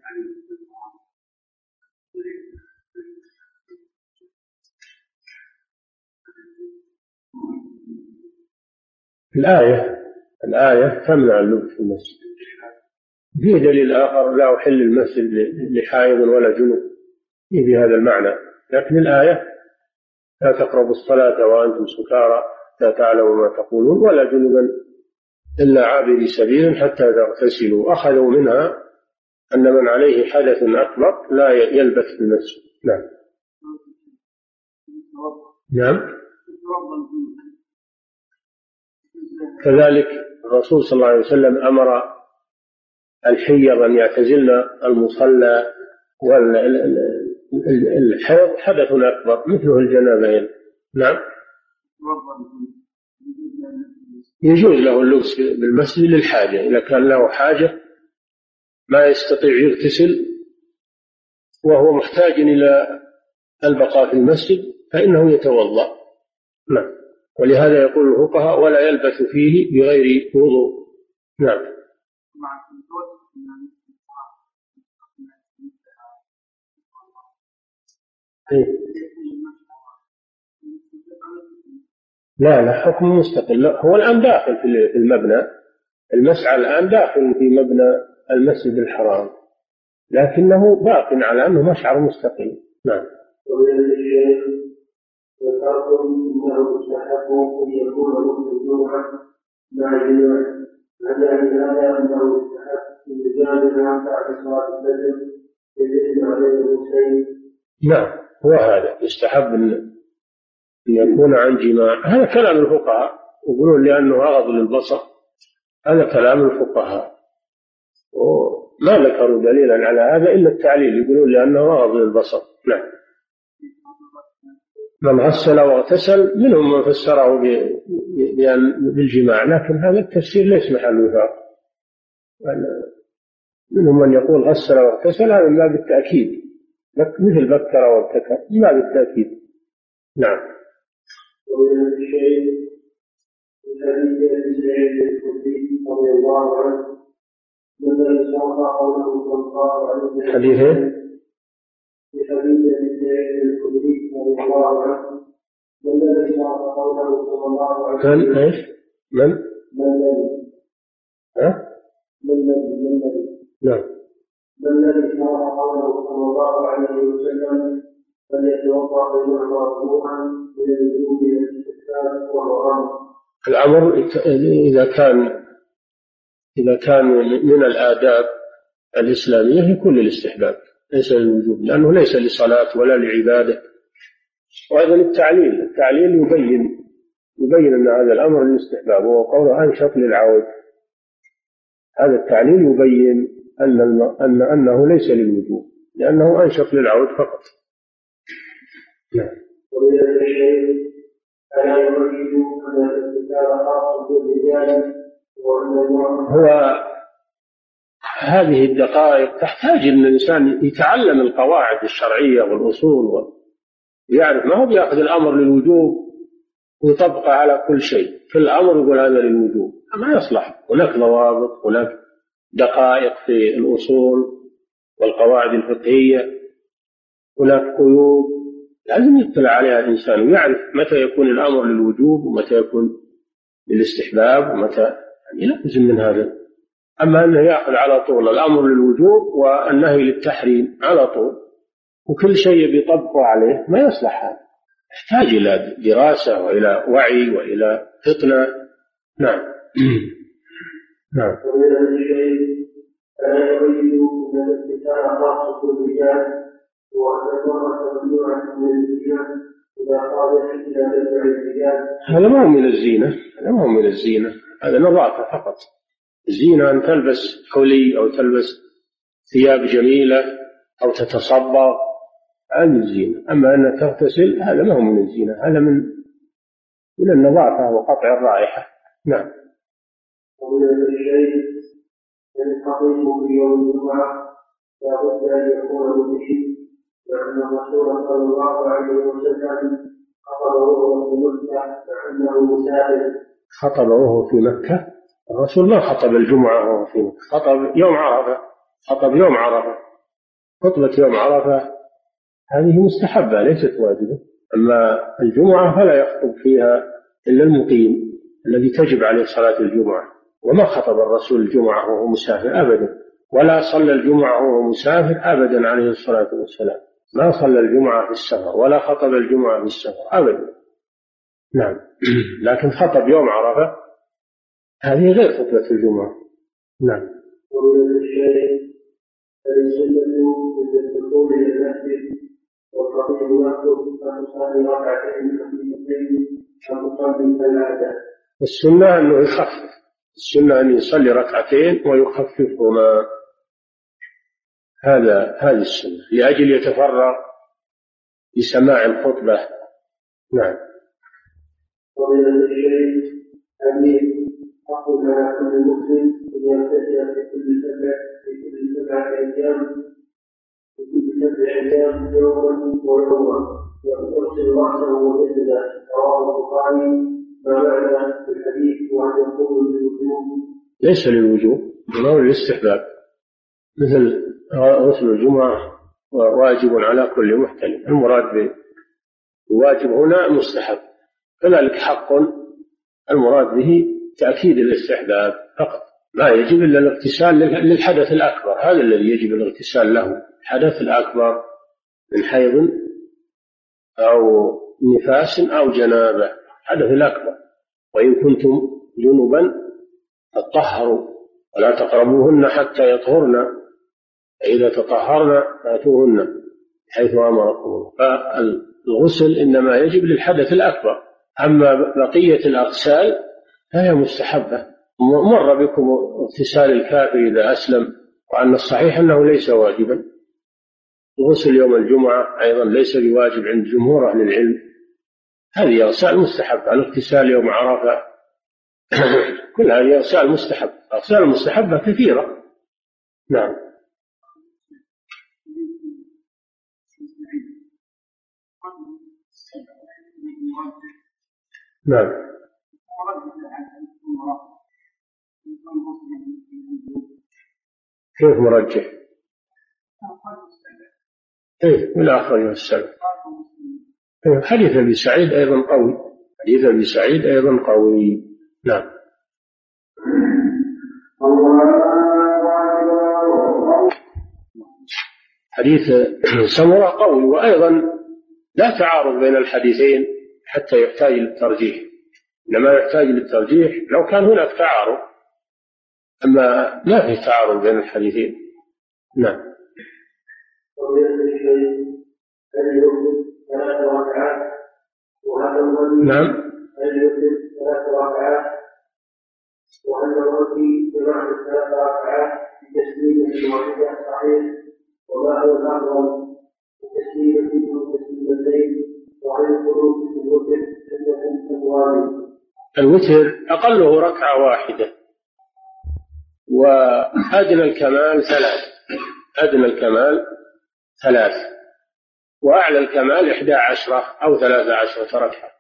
الآية تمنع اللبس في المسجد. في دليل آخر: لا أحل المسجد لحائض ولا جنوب، في هذا المعنى، لكن الآية: لا تقربوا الصلاة وأنتم سكارى لا تعلموا ما تقولون ولا جنبا إلا عابري سبيل حتى تغتسلوا. أخذوا منها أن من عليه حدث أكبر لا يلبث في المسجد. نعم. نعم. كذلك الرسول صلى الله عليه وسلم أمر الحيض أن يعتزلن المصلى، والحيض حدث أكبر مثله الجنابين. نعم. يجوز له اللبس بالمسجد للحاجة، إذا كان له حاجة ما يستطيع يغتسل وهو محتاج إلى البقاء في المسجد فإنه يتوضأ. نعم. ولهذا يقول الفقهاء: ولا يلبث فيه بغير وضوء. نعم. لا حكم مستقل. هو الآن داخل في المبنى، المسعى الآن داخل في مبنى المسجد الحرام، لكنه باق على أنه مشعر مستقل. نعم. وذكرتم انه يستحق ان يكون غسل الجمعه مع الجماع، هذا انه يستحق الرجال بعد صلاه الفجر يجب عليه الحسين. نعم، هو هذا يستحب ان يكون عن جماع. هذا كلام الفقهاء، يقولون لانه اغض للبصر. هذا كلام الفقهاء، وما ذكروا دليلا على هذا الا التعليل، يقولون لانه اغض للبصر. نعم. من غسل واغتسل منهم من فسره بالجماع، لكن هذا التفسير ليس محله فرق. منهم من يقول غسل واغتسل، هذا ما بالتأكيد، مثل بكر وابتكر، ما بالتأكيد. نعم. ومن الشيء الحديث عن سعيد الخدري رضي الله عنه مثل ساق قوله صلى الله عليه وسلم حديث بحديث سعيد الخدري رضي الله عنه الذي ساق قوله صلى الله عليه وسلم من ايش؟ من؟ الذي نعم. ما الذي شرع قوله صلى الله عليه وسلم فليتوضأ ويعطى وضوءا من الوجود إلى الاستحباب وهو أمر؟ الأمر إذا كان من الآداب الإسلامية يكون للاستحباب ليس للوجوب، لأنه ليس لصلاة ولا لعبادة. وأيضا التعليل يبين أن هذا الأمر للاستحباب، وهو قوله أنشط للعود. هذا التعليل يبين أنه ليس للوجوب، لأنه أنشط للعود فقط. نعم. ومن الشيء ألا يريد أن الاستكار خاص بالرجال، هو هذه الدقائق تحتاج أن الإنسان يتعلم القواعد الشرعية والأصول ويعرف، ما هو بيأخذ الأمر للوجوب ويطبقه على كل شيء، كل أمر يقول هذا للوجوب، ما يصلح. هناك ضوابط، هناك دقائق في الأصول والقواعد الفقهية، هناك قيود لازم يطلع عليها الإنسان ويعرف متى يكون الأمر للوجوب ومتى يكون للاستحباب ومتى، يعني لازم من هذا. أما أنه يأخذ على طول الأمر للوجوب والنهي للتحريم على طول وكل شيء بيطبقه عليه، ما يصلح هذا، يحتاج إلى دراسة وإلى وعي وإلى فطنة. نعم. نعم. ومن الشيء ألا يريد أن الاستكار خاص بالرجال، وأن المرأة ممنوعة من الزينة إذا قالت إلى دفع الرجال. هذا ما هو من الزينة، هذا نظافة فقط. الزينة أن تلبس حلي أو تلبس ثياب جميلة أو تتصبغ، عن الزينة. أما أن تغتسل هذا ما هو من الزينة، هذا من النظافة وقطع الرائحة. نعم. ومن الشيء ينتقل في يوم الجمعة لابد أن يكون به، لأن الرسول صلى الله عليه وسلم خطب وهو في مكة لأنه مسافر. خطب وهو في مكة؟ الرسول ما خطب الجمعة وهو في مكة، خطب يوم عرفة. خطبة يوم عرفة هذه مستحبة ليست واجبة، أما الجمعة فلا يخطب فيها إلا المقيم الذي تجب عليه صلاة الجمعة. وما خطب الرسول الجمعة وهو مسافر أبدا، ولا صلى الجمعة وهو مسافر أبدا عليه الصلاة والسلام، ما صلى الجمعة في السفر ولا خطب الجمعة في السفر أبدا. نعم. لكن خطب يوم عرفة هذه غير خطبة الجمعة. نعم. ومن الشيء السنة الدخول إلى المسجد والخطيب يخطب فتصلي ركعتين خفيفتين فتصلي ثلاثة. السنة أنه يخفف، السنة أن يصلي ركعتين ويخففهما، هذه السنة، لأجل يتفرغ لسماع الخطبة. نعم. ومن الشيء أن أقول على كل مسلم أن يغتسل في كل سبعة أيام يوما ويوما، ويغسل رأسه وجسده، رواه البخاري. ما معنى الحديث وأن يقول للوجوب؟ ليس للوجوب، بل للاستحباب، مثل غسل الجمعة واجب على كل محتلم. المراد بالواجب هنا مستحب، كذلك حق المراد به تأكيد الاستحباب فقط، لا يجب إلا الاغتسال للحدث الأكبر، هذا الذي يجب الاغتسال له، الحدث الأكبر من حيض أو نفاس أو جنابة، الحدث الأكبر. وإن كنتم جنبا فطهروا ولا تقربوهن حتى يطهرن، فإذا تطهرن فأتوهن حيث أمركم الله. فالغسل إنما يجب للحدث الأكبر، أما بقية الأغسال فهي مستحبة. مر بكم اغتسال الكافر إذا أسلم، وأن الصحيح أنه ليس واجبا. الغسل يوم الجمعة أيضا ليس بواجب عند جمهور أهل العلم، هذه أغسال مستحبة. الاغتسال يوم عرفة كل هذه أغسال مستحبة، أغسال مستحبة كثيرة. نعم. نعم. كيف مرجح؟ إلى آخر السبب. حديث أبي سعيد أيضا قوي، حديث أبي سعيد أيضا قوي. نعم. حديث سمرة قوي، وأيضا لا تعارض بين الحديثين حتى يحتاج للترجيح، إنما يحتاج للترجيح لو كان هناك تعارض، أما لا في تعارض بين الحديثين. نعم. نعم. وأن الرجل جماعة 3 ركعات بتسليمة واحدة صحيح، وما هو الأفضل بتسليمة وتسليمتين، وعن الخروج في الوتر سنة أبواب. الوتر أقله ركعة واحدة، وأدنى الكمال 3، أدنى الكمال 3، وأعلى الكمال 11 أو 13 ركعة.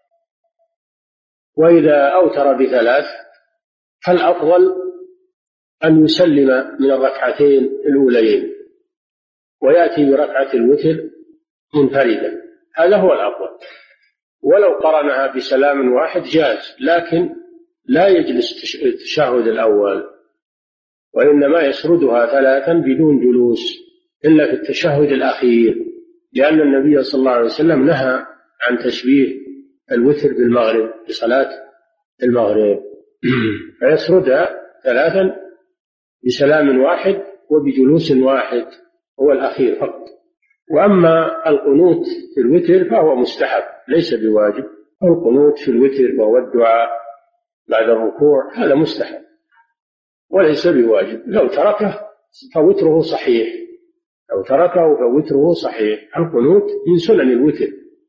وإذا أوتر ب3 فالأفضل أن يسلم من الركعتين الأوليين ويأتي بركعة الوتر منفردة، هذا هو الأفضل. ولو قرنها بسلام واحد جاز، لكن لا يجلس التشهد الأول، وإنما يسردها 3 بدون جلوس إلا في التشهد الأخير، لأن النبي صلى الله عليه وسلم نهى عن تشبيه الوتر بالمغرب بصلاة المغرب، فيسردها 3 بسلام واحد وبجلوس واحد، هو الأخير فقط. وأما القنوت في الوتر فهو مستحب ليس بواجب. القنوت في الوتر وهو الدعاء بعد الركوع هذا مستحب وليس بواجب، لو تركه فوتره صحيح، لو تركه فوتره صحيح. القنوت من سنن الوتر.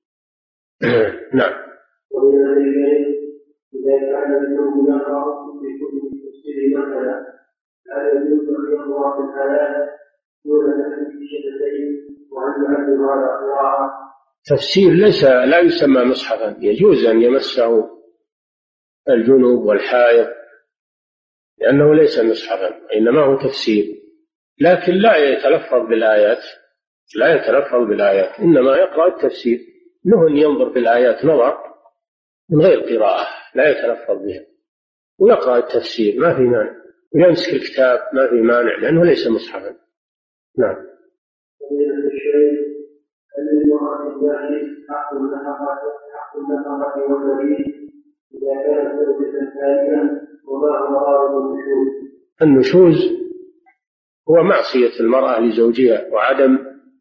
نعم. إذا كان اليوم يقرأ في كل تفسير مثلا لا يجوز أن يقرأ في الآيات دون أن الشهادتين وأن يعلم هذا قراءة. تفسير لا يسمى مصحفا، يجوز أن يمسه الجنوب والحائض لأنه ليس مصحفا، إنما هو تفسير، لكن لا يتلفظ بالآيات، لا يتلفظ بالآيات، إنما يقرأ التفسير، له أن ينظر في الآيات نظر من غير قراءة لا يتلفظ بها، ويقرأ التفسير ما في مانع، ويمسك الكتاب ما في مانع لأنه ليس مصحفا. نعم. النشوز هو معصية المرأة لزوجها وعدم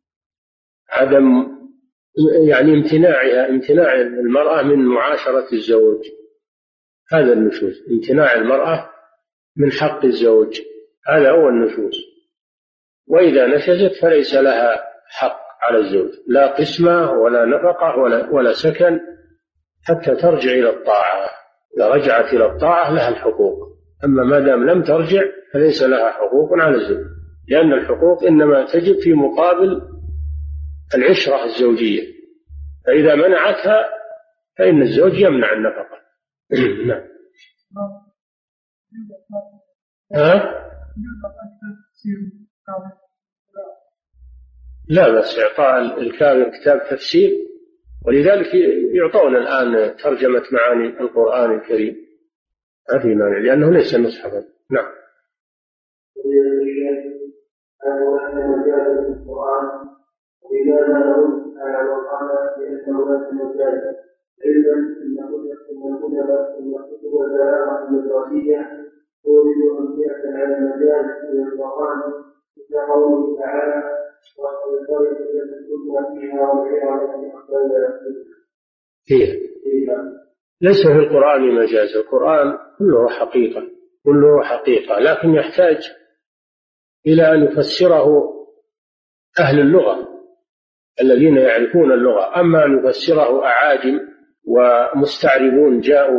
يعني امتناع المرأة من معاشرة الزوج، هذا النشوز، امتناع المرأة من حق الزوج، هذا هو النشوز. وإذا نشزت فليس لها حق على الزوج، لا قسمة ولا نفقة ولا سكن حتى ترجع إلى الطاعة. إذا رجعت إلى الطاعة لها الحقوق، أما ما دام لم ترجع فليس لها حقوق على الزوج، لأن الحقوق إنما تجب في مقابل العشرة الزوجية، فإذا منعتها فإن الزوج يمنع النفقة. نعم. لا بس إعطاء الكافر كتاب تفسير، ولذلك يعطون الآن ترجمة معاني القرآن الكريم، ما في مانع لأنه ليس مصحفا. نعم. ولماذا نرد على من قال بأنه لا مجاز، علما أن الكتب والبلاغة المدرسية تورد أمثلة على المجاز من القرآن مثل قوله تعالى وَسَيَنْطَلِقُ الَّذِينَ فِيهَا وَالْعِبَادَ فيها ليس في القرآن مجاز، القرآن كله حقيقة، لكن يحتاج إلى أن يفسره أهل اللغة الذين يعرفون اللغة، أما أن يفسره أعاجم ومستعربون جاءوا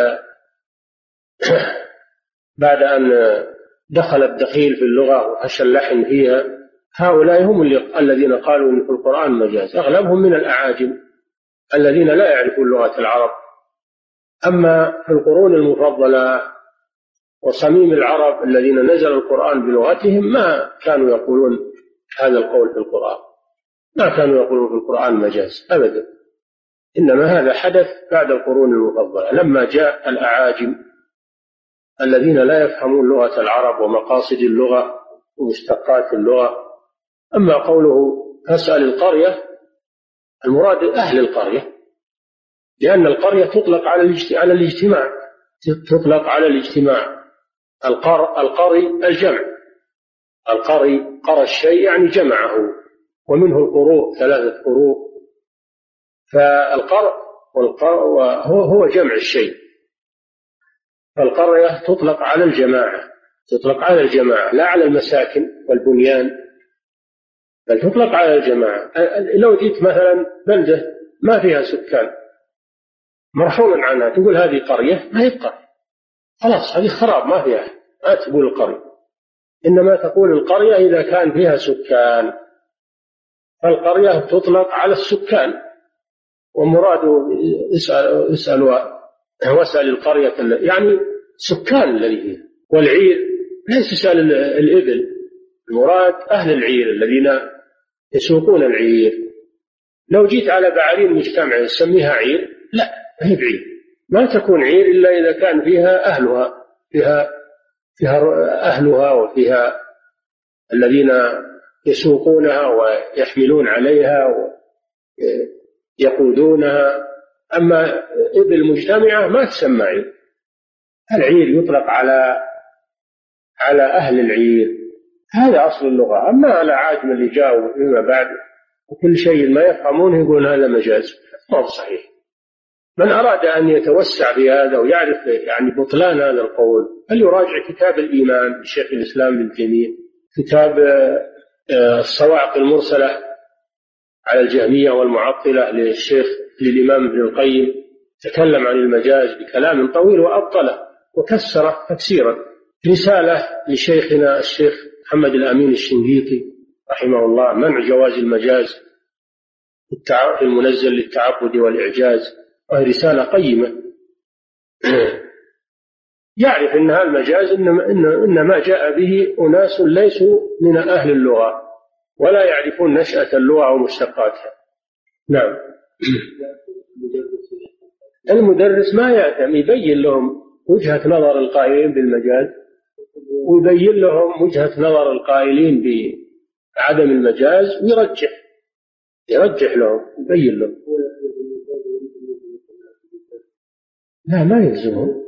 بعد أن دخل الدخيل في اللغة وفشى اللحن فيها، هؤلاء هم الذين قالوا إن في القرآن مجاز، أغلبهم من الأعاجم الذين لا يعرفون لغة العرب. أما في القرون المفضلة وصميم العرب الذين نزل القرآن بلغتهم ما كانوا يقولون هذا القول في القرآن، ما كانوا يقولون في القرآن مجاز أبدا، إنما هذا حدث بعد القرون المفضلة لما جاء الأعاجم الذين لا يفهمون لغة العرب ومقاصد اللغة ومشتقات اللغة. أما قوله فاسأل القرية، المراد أهل القرية، لأن القرية تطلق على الاجتماع، تطلق على الاجتماع. القري الجمع، قرى الشيء يعني جمعه، ومنه القروء 3 قروء. فالقرء هو جمع الشيء. فالقرية تطلق على الجماعة، تطلق على الجماعة لا على المساكن والبنيان، بل تطلق على الجماعة. لو جيت مثلا بلدة ما فيها سكان مرحولا عنها تقول هذه قرية، ما هي قرية، خلاص هذه خراب ما فيها، ما تقول القرية. إنما تقول القرية إذا كان فيها سكان، فالقرية تطلق على السكان. ومراده واسأل القرية يعني سكان الذي فيها. والعير ليس تسأل الإبل، المراد أهل العير الذين يسوقون العير. لو جيت على بعارين مجتمع يسميها عير، لا هي بعير، ما تكون عير إلا إذا كان فيها أهلها وفيها الذين يسوقونها ويحملون عليها ويقودونها. أما إبل مجتمعة ما تسمى عير. العير يطلق على أهل العير، هذا أصل اللغة. أما على عاجم اللي جاءوا فيما بعد وكل شيء ما يفهمونه يقول هذا مجاز، ما هو صحيح. من أراد أن يتوسع في هذا ويعرف يعني بطلان هذا القول فليراجع كتاب الإيمان لشيخ الإسلام ابن تيمية، كتاب الصواعق المرسلة على الجهمية والمعطلة للإمام ابن القيم، تكلم عن المجاز بكلام طويل وأبطله وكسره تفسيرا. رسالة لشيخنا الشيخ محمد الأمين الشنقيطي رحمه الله، منع جواز المجاز في المنزل للتعبد والإعجاز، وهي رسالة قيمة. يعرف أن هذا المجاز إنما جاء به أناس ليسوا من أهل اللغة ولا يعرفون نشأة اللغة ومشتقاتها. نعم. المدرس ما يأتم يبين لهم وجهة نظر القائلين بالمجاز، ويبين لهم وجهة نظر القائلين بعدم المجاز، ويرجح لهم، يبين لهم. لا ما يلزمهم.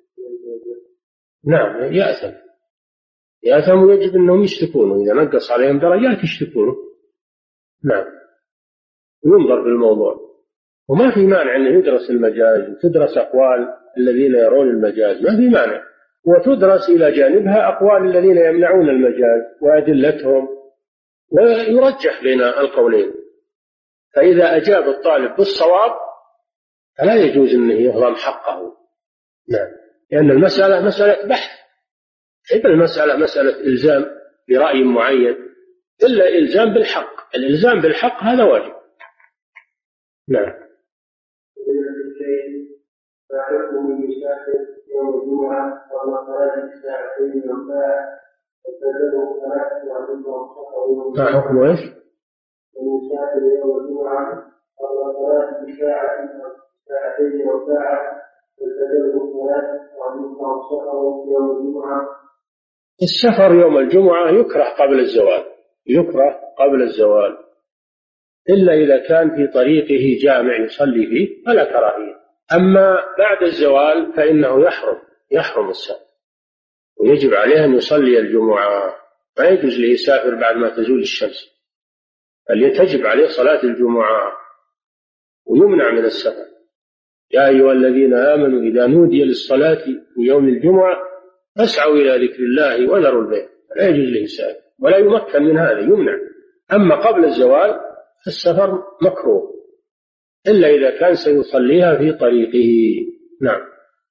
نعم يأثم ويجب أنهم يشتكونه، إذا نقص عليهم درجات يشتكونه. نعم، ينظر في الموضوع. وما في مانع أن يدرس المجاز وتدرس أقوال الذين يرون المجاز، ما في مانع، وتدرس إلى جانبها أقوال الذين يمنعون المجاز وأدلتهم، ويرجح بين القولين. فإذا أجاب الطالب بالصواب فلا يجوز أنه يهضم حقه. نعم، لأن المسألة مسألة بحث، ليس المسألة مسألة إلزام برأي معين، إلا إلزام بالحق. الإلزام بالحق هذا واجب. نعم. ما حكم ايش؟ السفر يوم الجمعة يكره قبل الزوال، إلا إذا كان في طريقه جامع يصلي فيه فلا كراهية. أما بعد الزوال فإنه يحرم السفر، ويجب عليه أن يصلي الجمعة، ما يجوز له يسافر بعد ما تزول الشمس، بل تجب عليه صلاة الجمعة ويمنع من السفر. يا أيها الذين آمنوا إذا نودي للصلاة في يوم الجمعة فاسعوا إلى ذكر الله وذروا البيع، لا يجوز له يسافر ولا يمكن من هذا، يمنع. أما قبل الزوال السفر مكروه إلا إذا كان سيصليها في طريقه. نعم.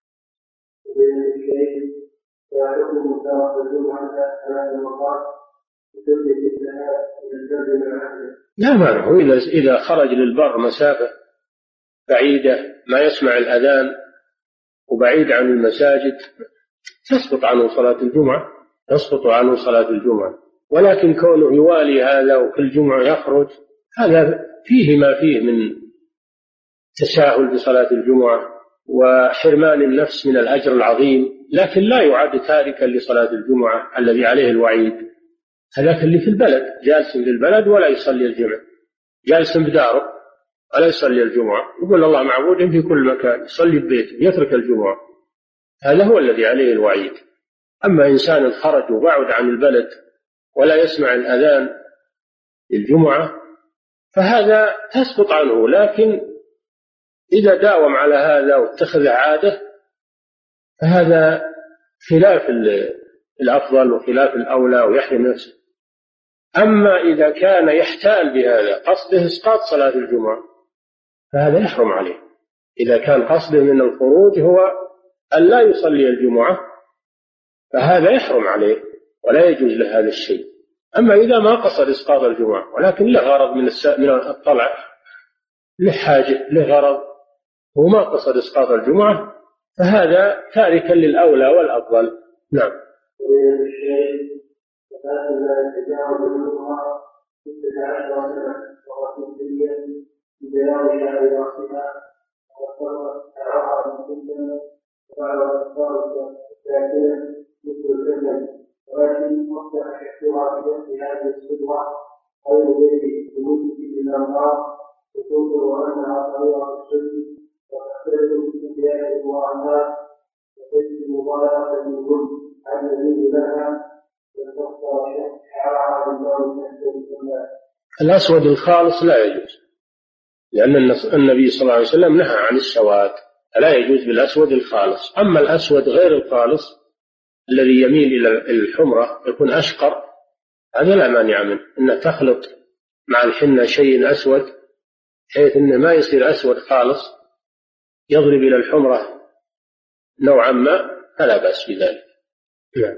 لا مانع، إذا خرج للبر مسافة بعيدة ما يسمع الأذان وبعيد عن المساجد تسقط عنه صلاة الجمعة. ولكن كونه يوالي هذا وكل جمعة يخرج، هذا فيه ما فيه من تساهل بصلاة الجمعة وحرمان النفس من الأجر العظيم، لكن لا يعد تاركا لصلاة الجمعة الذي عليه الوعيد. هذاك اللي في البلد، جالس في البلد ولا يصلي الجمعة، جالس بداره ولا يصلي الجمعة، يقول الله معبود في كل مكان، يصلي ببيته يترك الجمعة، هذا هو الذي عليه الوعيد. أما إنسان خرج وبعد عن البلد ولا يسمع الأذان للجمعة فهذا تسقط عنه، لكن إذا داوم على هذا واتخذ عادة فهذا خلاف الأفضل وخلاف الأولى ويحرم نفسه. أما إذا كان يحتال بهذا قصده إسقاط صلاة الجمعة فهذا يحرم عليه. إذا كان قصده من الخروج هو أن لا يصلي الجمعة فهذا يحرم عليه ولا يجوز له هذا الشيء. أما إذا ما قصد إسقاط الجمعة ولكن له غرض من الطلع، له حاجة، له غرض، وما قصد إسقاط الجمعة فهذا تاركا للأولى والأفضل. نعم. ولكن مصدر يحتوى في هذه الصدوة غير ذلك بوجود الأنهار وتوصل وأنها طريقة السجن وتختلف في الزيادة والأنهار وتجد المبالغة بالظلم عن يزيد لها وتصدر شعارها بالله تحت الأسود الخالص لا يجوز، لأن النبي صلى الله عليه وسلم نهى عن السواد، لا يجوز بالأسود الخالص. أما الأسود غير الخالص الذي يميل إلى الحمرة يكون أشقر هذا لا مانع منه، أنه تخلط مع الحنة شيء أسود حيث أنه ما يصير أسود خالص يضرب إلى الحمرة نوعا ما فلا بأس بذلك. نعم.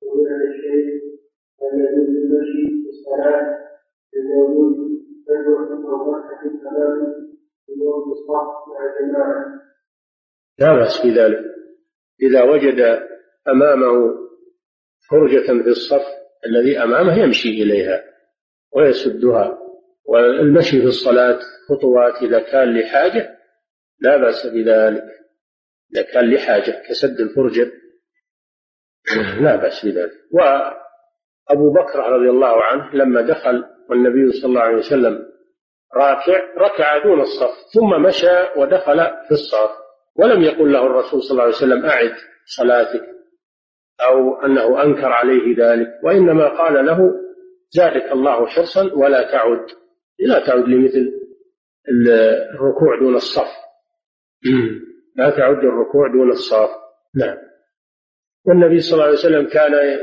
لا بأس بذلك إذا وجد أمامه فرجة في الصف الذي أمامه يمشي إليها ويسدها. والمشي في الصلاة خطوات إذا كان لحاجة لا بأس بذلك، إذا كان لحاجة كسد الفرجة لا بأس بذلك. وأبو بكر رضي الله عنه لما دخل والنبي صلى الله عليه وسلم ركع دون الصف ثم مشى ودخل في الصف، ولم يقل له الرسول صلى الله عليه وسلم أعد صلاتك أو أنه أنكر عليه ذلك، وإنما قال له زادك الله حرصا ولا تعد لمثل الركوع دون الصف، لا تعد الركوع دون الصف. نعم. والنبي صلى الله عليه وسلم كان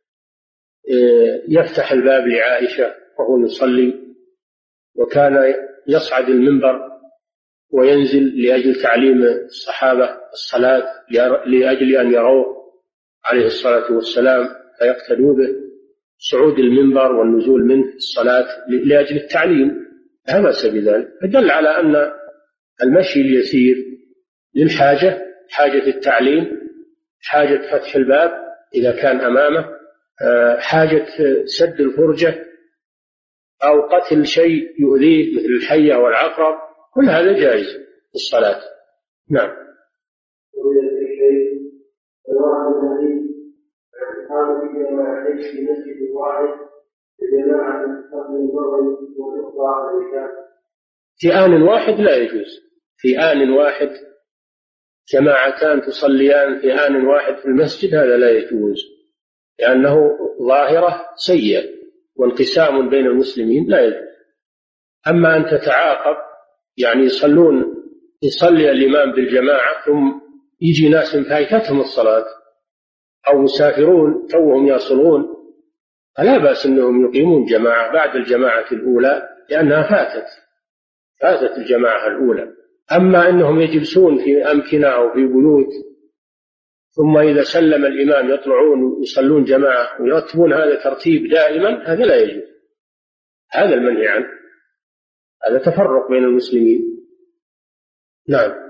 يفتح الباب لعائشة وهو يصلي، وكان يصعد المنبر وينزل لأجل تعليم الصحابة الصلاة لأجل أن يروه عليه الصلاة والسلام فيقتدوا به، صعود المنبر والنزول منه الصلاة لأجل التعليم لا بأس بذلك. فدل على أن المشي اليسير للحاجة، حاجة التعليم، حاجة فتح الباب إذا كان أمامه، حاجة سد الفرجة أو قتل شيء يؤذيه مثل الحية والعقرب، كل هذا جائز في الصلاة. نعم. في آن واحد لا يجوز، في آن واحد جماعتان تصليان في آن واحد في المسجد هذا لا يجوز، لأنه ظاهرة سيئة وانقسام بين المسلمين لا يجوز. أما أن تتعاقب يعني يصلي الإمام بالجماعة ثم يجي ناس فايتتهم الصلاة أو مسافرون توهم يصلون فلا بأس أنهم يقيمون جماعة بعد الجماعة الأولى لأنها فاتت الجماعة الأولى. أما أنهم يجلسون في أمكنة أو في بيوت ثم إذا سلم الإمام يطلعون يصلون جماعة ويرتبون هذا ترتيب دائما هذا لا يجوز، هذا المنهي عنه، هذا تفرق بين المسلمين. نعم.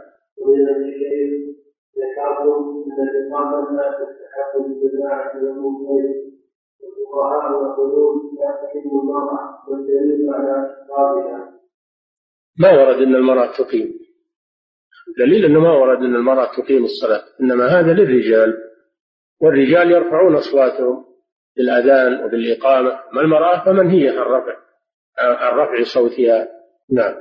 ما ورد أن المرأة تقيم، دليل أنه ما ورد أن المرأة تقيم الصلاة، إنما هذا للرجال، والرجال يرفعون أصواتهم بالأذان وبالإقامة، ما المرأة فمنهية عن رفع صوتها. نعم.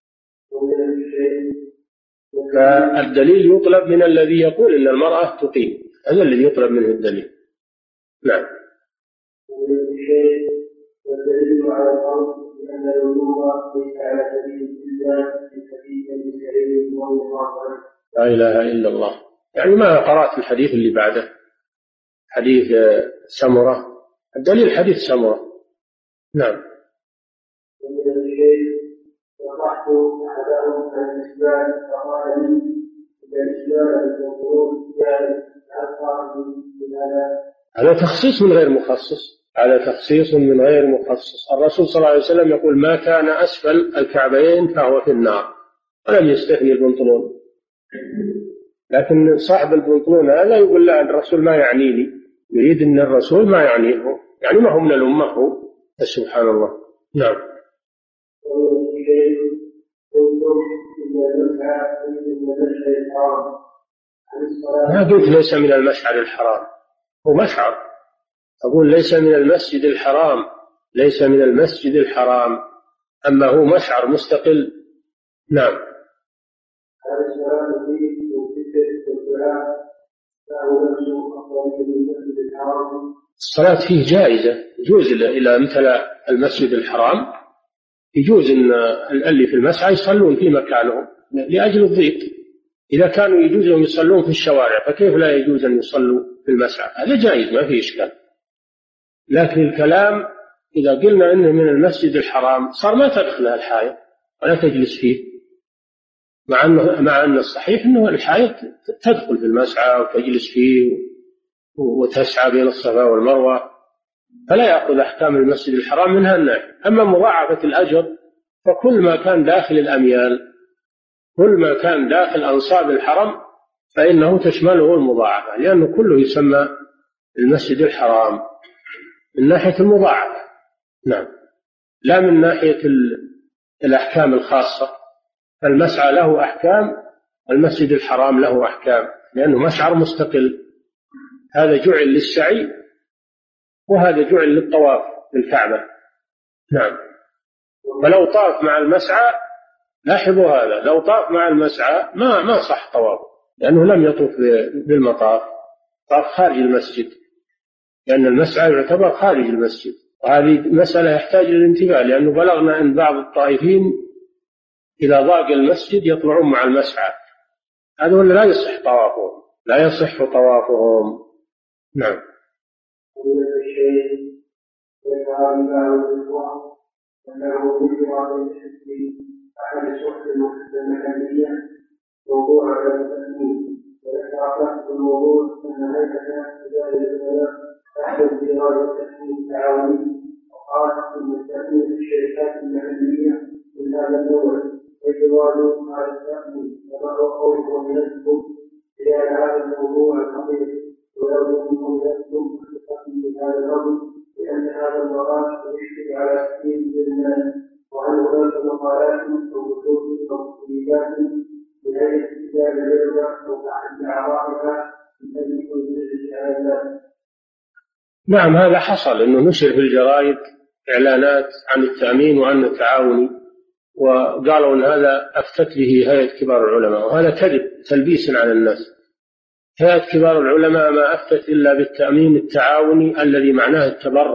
فالدليل يطلب من الذي يقول إن المرأة تقيم، هذا الذي يطلب منه الدليل. نعم. والدليل على الأرض لأن الوضوء ليس على سبيل الإلزام بحديث أبي سعيد رضي الله عنه. لا إله إلا الله. يعني ما قرأت الحديث اللي بعده، حديث سمرة، الدليل حديث سمرة. نعم. ومن الشيء وضحت أحدهم عن الإسلام فقال لي إذا الإسلام بالمفروض يعني ألقى بهذا. هذا تخصيص من غير مخصص، هذا تخصيص من غير مخصص. الرسول صلى الله عليه وسلم يقول ما كان أسفل الكعبين فهو في النار، ولم يستثني البنطلون. لكن صاحب البنطلون هذا يقول لا الرسول ما يعنيني، يريد أن الرسول ما يعنيه، يعني ما هو من الأمة هو. سبحان الله. نعم. ما قلت ليس من المشعر الحرام، هو مشعر، أقول ليس من المسجد الحرام، ليس من المسجد الحرام، أما هو مشعر مستقل. نعم. الصلاة فيه جائزة، يجوز إلى امتلأ المسجد الحرام، يجوز أن اللي في المسعى يصلون في مكانهم لأجل الضيق. إذا كانوا يجوز أن يصلون في الشوارع فكيف لا يجوز أن يصلوا في المسعى؟ هذا جائز ما فيه إشكال. لكن الكلام إذا قلنا إنه من الحرام صار ما تدخل الحائط ولا تجلس فيه، مع أن الصحيح أنه الحائط تدخل في المسعى وتجلس فيه وتسعى بين الصفا والمروة، فلا يأخذ أحكام المسجد الحرام منها الناحية. أما مضاعفة الأجر فكل ما كان داخل الأميال، كل ما كان داخل أنصاب الحرم فإنه تشمله المضاعفة، لأنه كله يسمى المسجد الحرام من ناحية المضاعفة. نعم. لا من ناحية الأحكام الخاصة، فالمسعى له أحكام، المسجد الحرام له أحكام، لأنه مشعر مستقل، هذا جعل للسعي وهذا جعل للطواف للكعبة. نعم. فلو طاف مع المسعى، لاحظوا هذا، لو طاف مع المسعى ما صح طوافه، لأنه لم يطوف بالمطاف، طاف خارج المسجد، لأن المسعى يعتبر خارج المسجد. وهذه مسألة يحتاج للانتباه، لأنه بلغنا أن بعض الطائفين إذا ضاق المسجد يطلعون مع المسعى، هذا لا يصح طوافهم، لا يصح طوافهم. نعم. أنه ذكر عن أحد الشخص المحلية موضوع على التأمين، وذكر فحص الموضوع أن هيئة ذلك تحدث بإرادة التأمين التعاوني، وقال أن التأمين في الشركات المحلية من هذا النوع يجوز على التأمين، وما هو قوله يسلم إلى هذا الموضوع الخطير، ولو أنه يسلم في هذا الأمر لأن هذا المراد يشكل على كثير من الناس، وعن هناك مقالات أو بحوث أو تسجيلات من أجل استدلال العلم أو تحديد أعراضها من أجل توزيع على الناس. نعم، هذا حصل أنه نشر في الجرائد إعلانات عن التأمين وعن التعاوني، وقالوا أن هذا أفتت به هيئة كبار العلماء، وهذا كذب تلبيس على الناس. هيئة كبار العلماء ما أفتت إلا بالتأمين التعاوني الذي معناه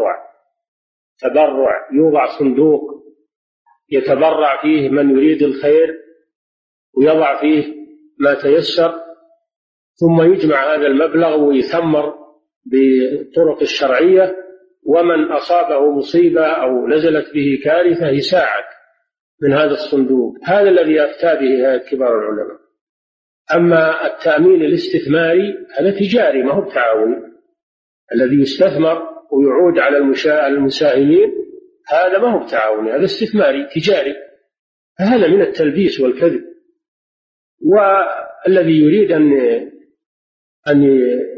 تبرع، يوضع صندوق يتبرع فيه من يريد الخير ويضع فيه ما تيسر، ثم يجمع هذا المبلغ ويثمر بالطرق الشرعية، ومن أصابه مصيبة أو نزلت به كارثة يساعد من هذا الصندوق. هذا الذي أفتى به هيئة كبار العلماء. أما التأمين الاستثماري هذا تجاري ما هو تعاوني، الذي يستثمر ويعود على المساهمين هذا ما هو تعاوني، هذا استثماري تجاري، فهذا من التلبيس والكذب. والذي يريد أن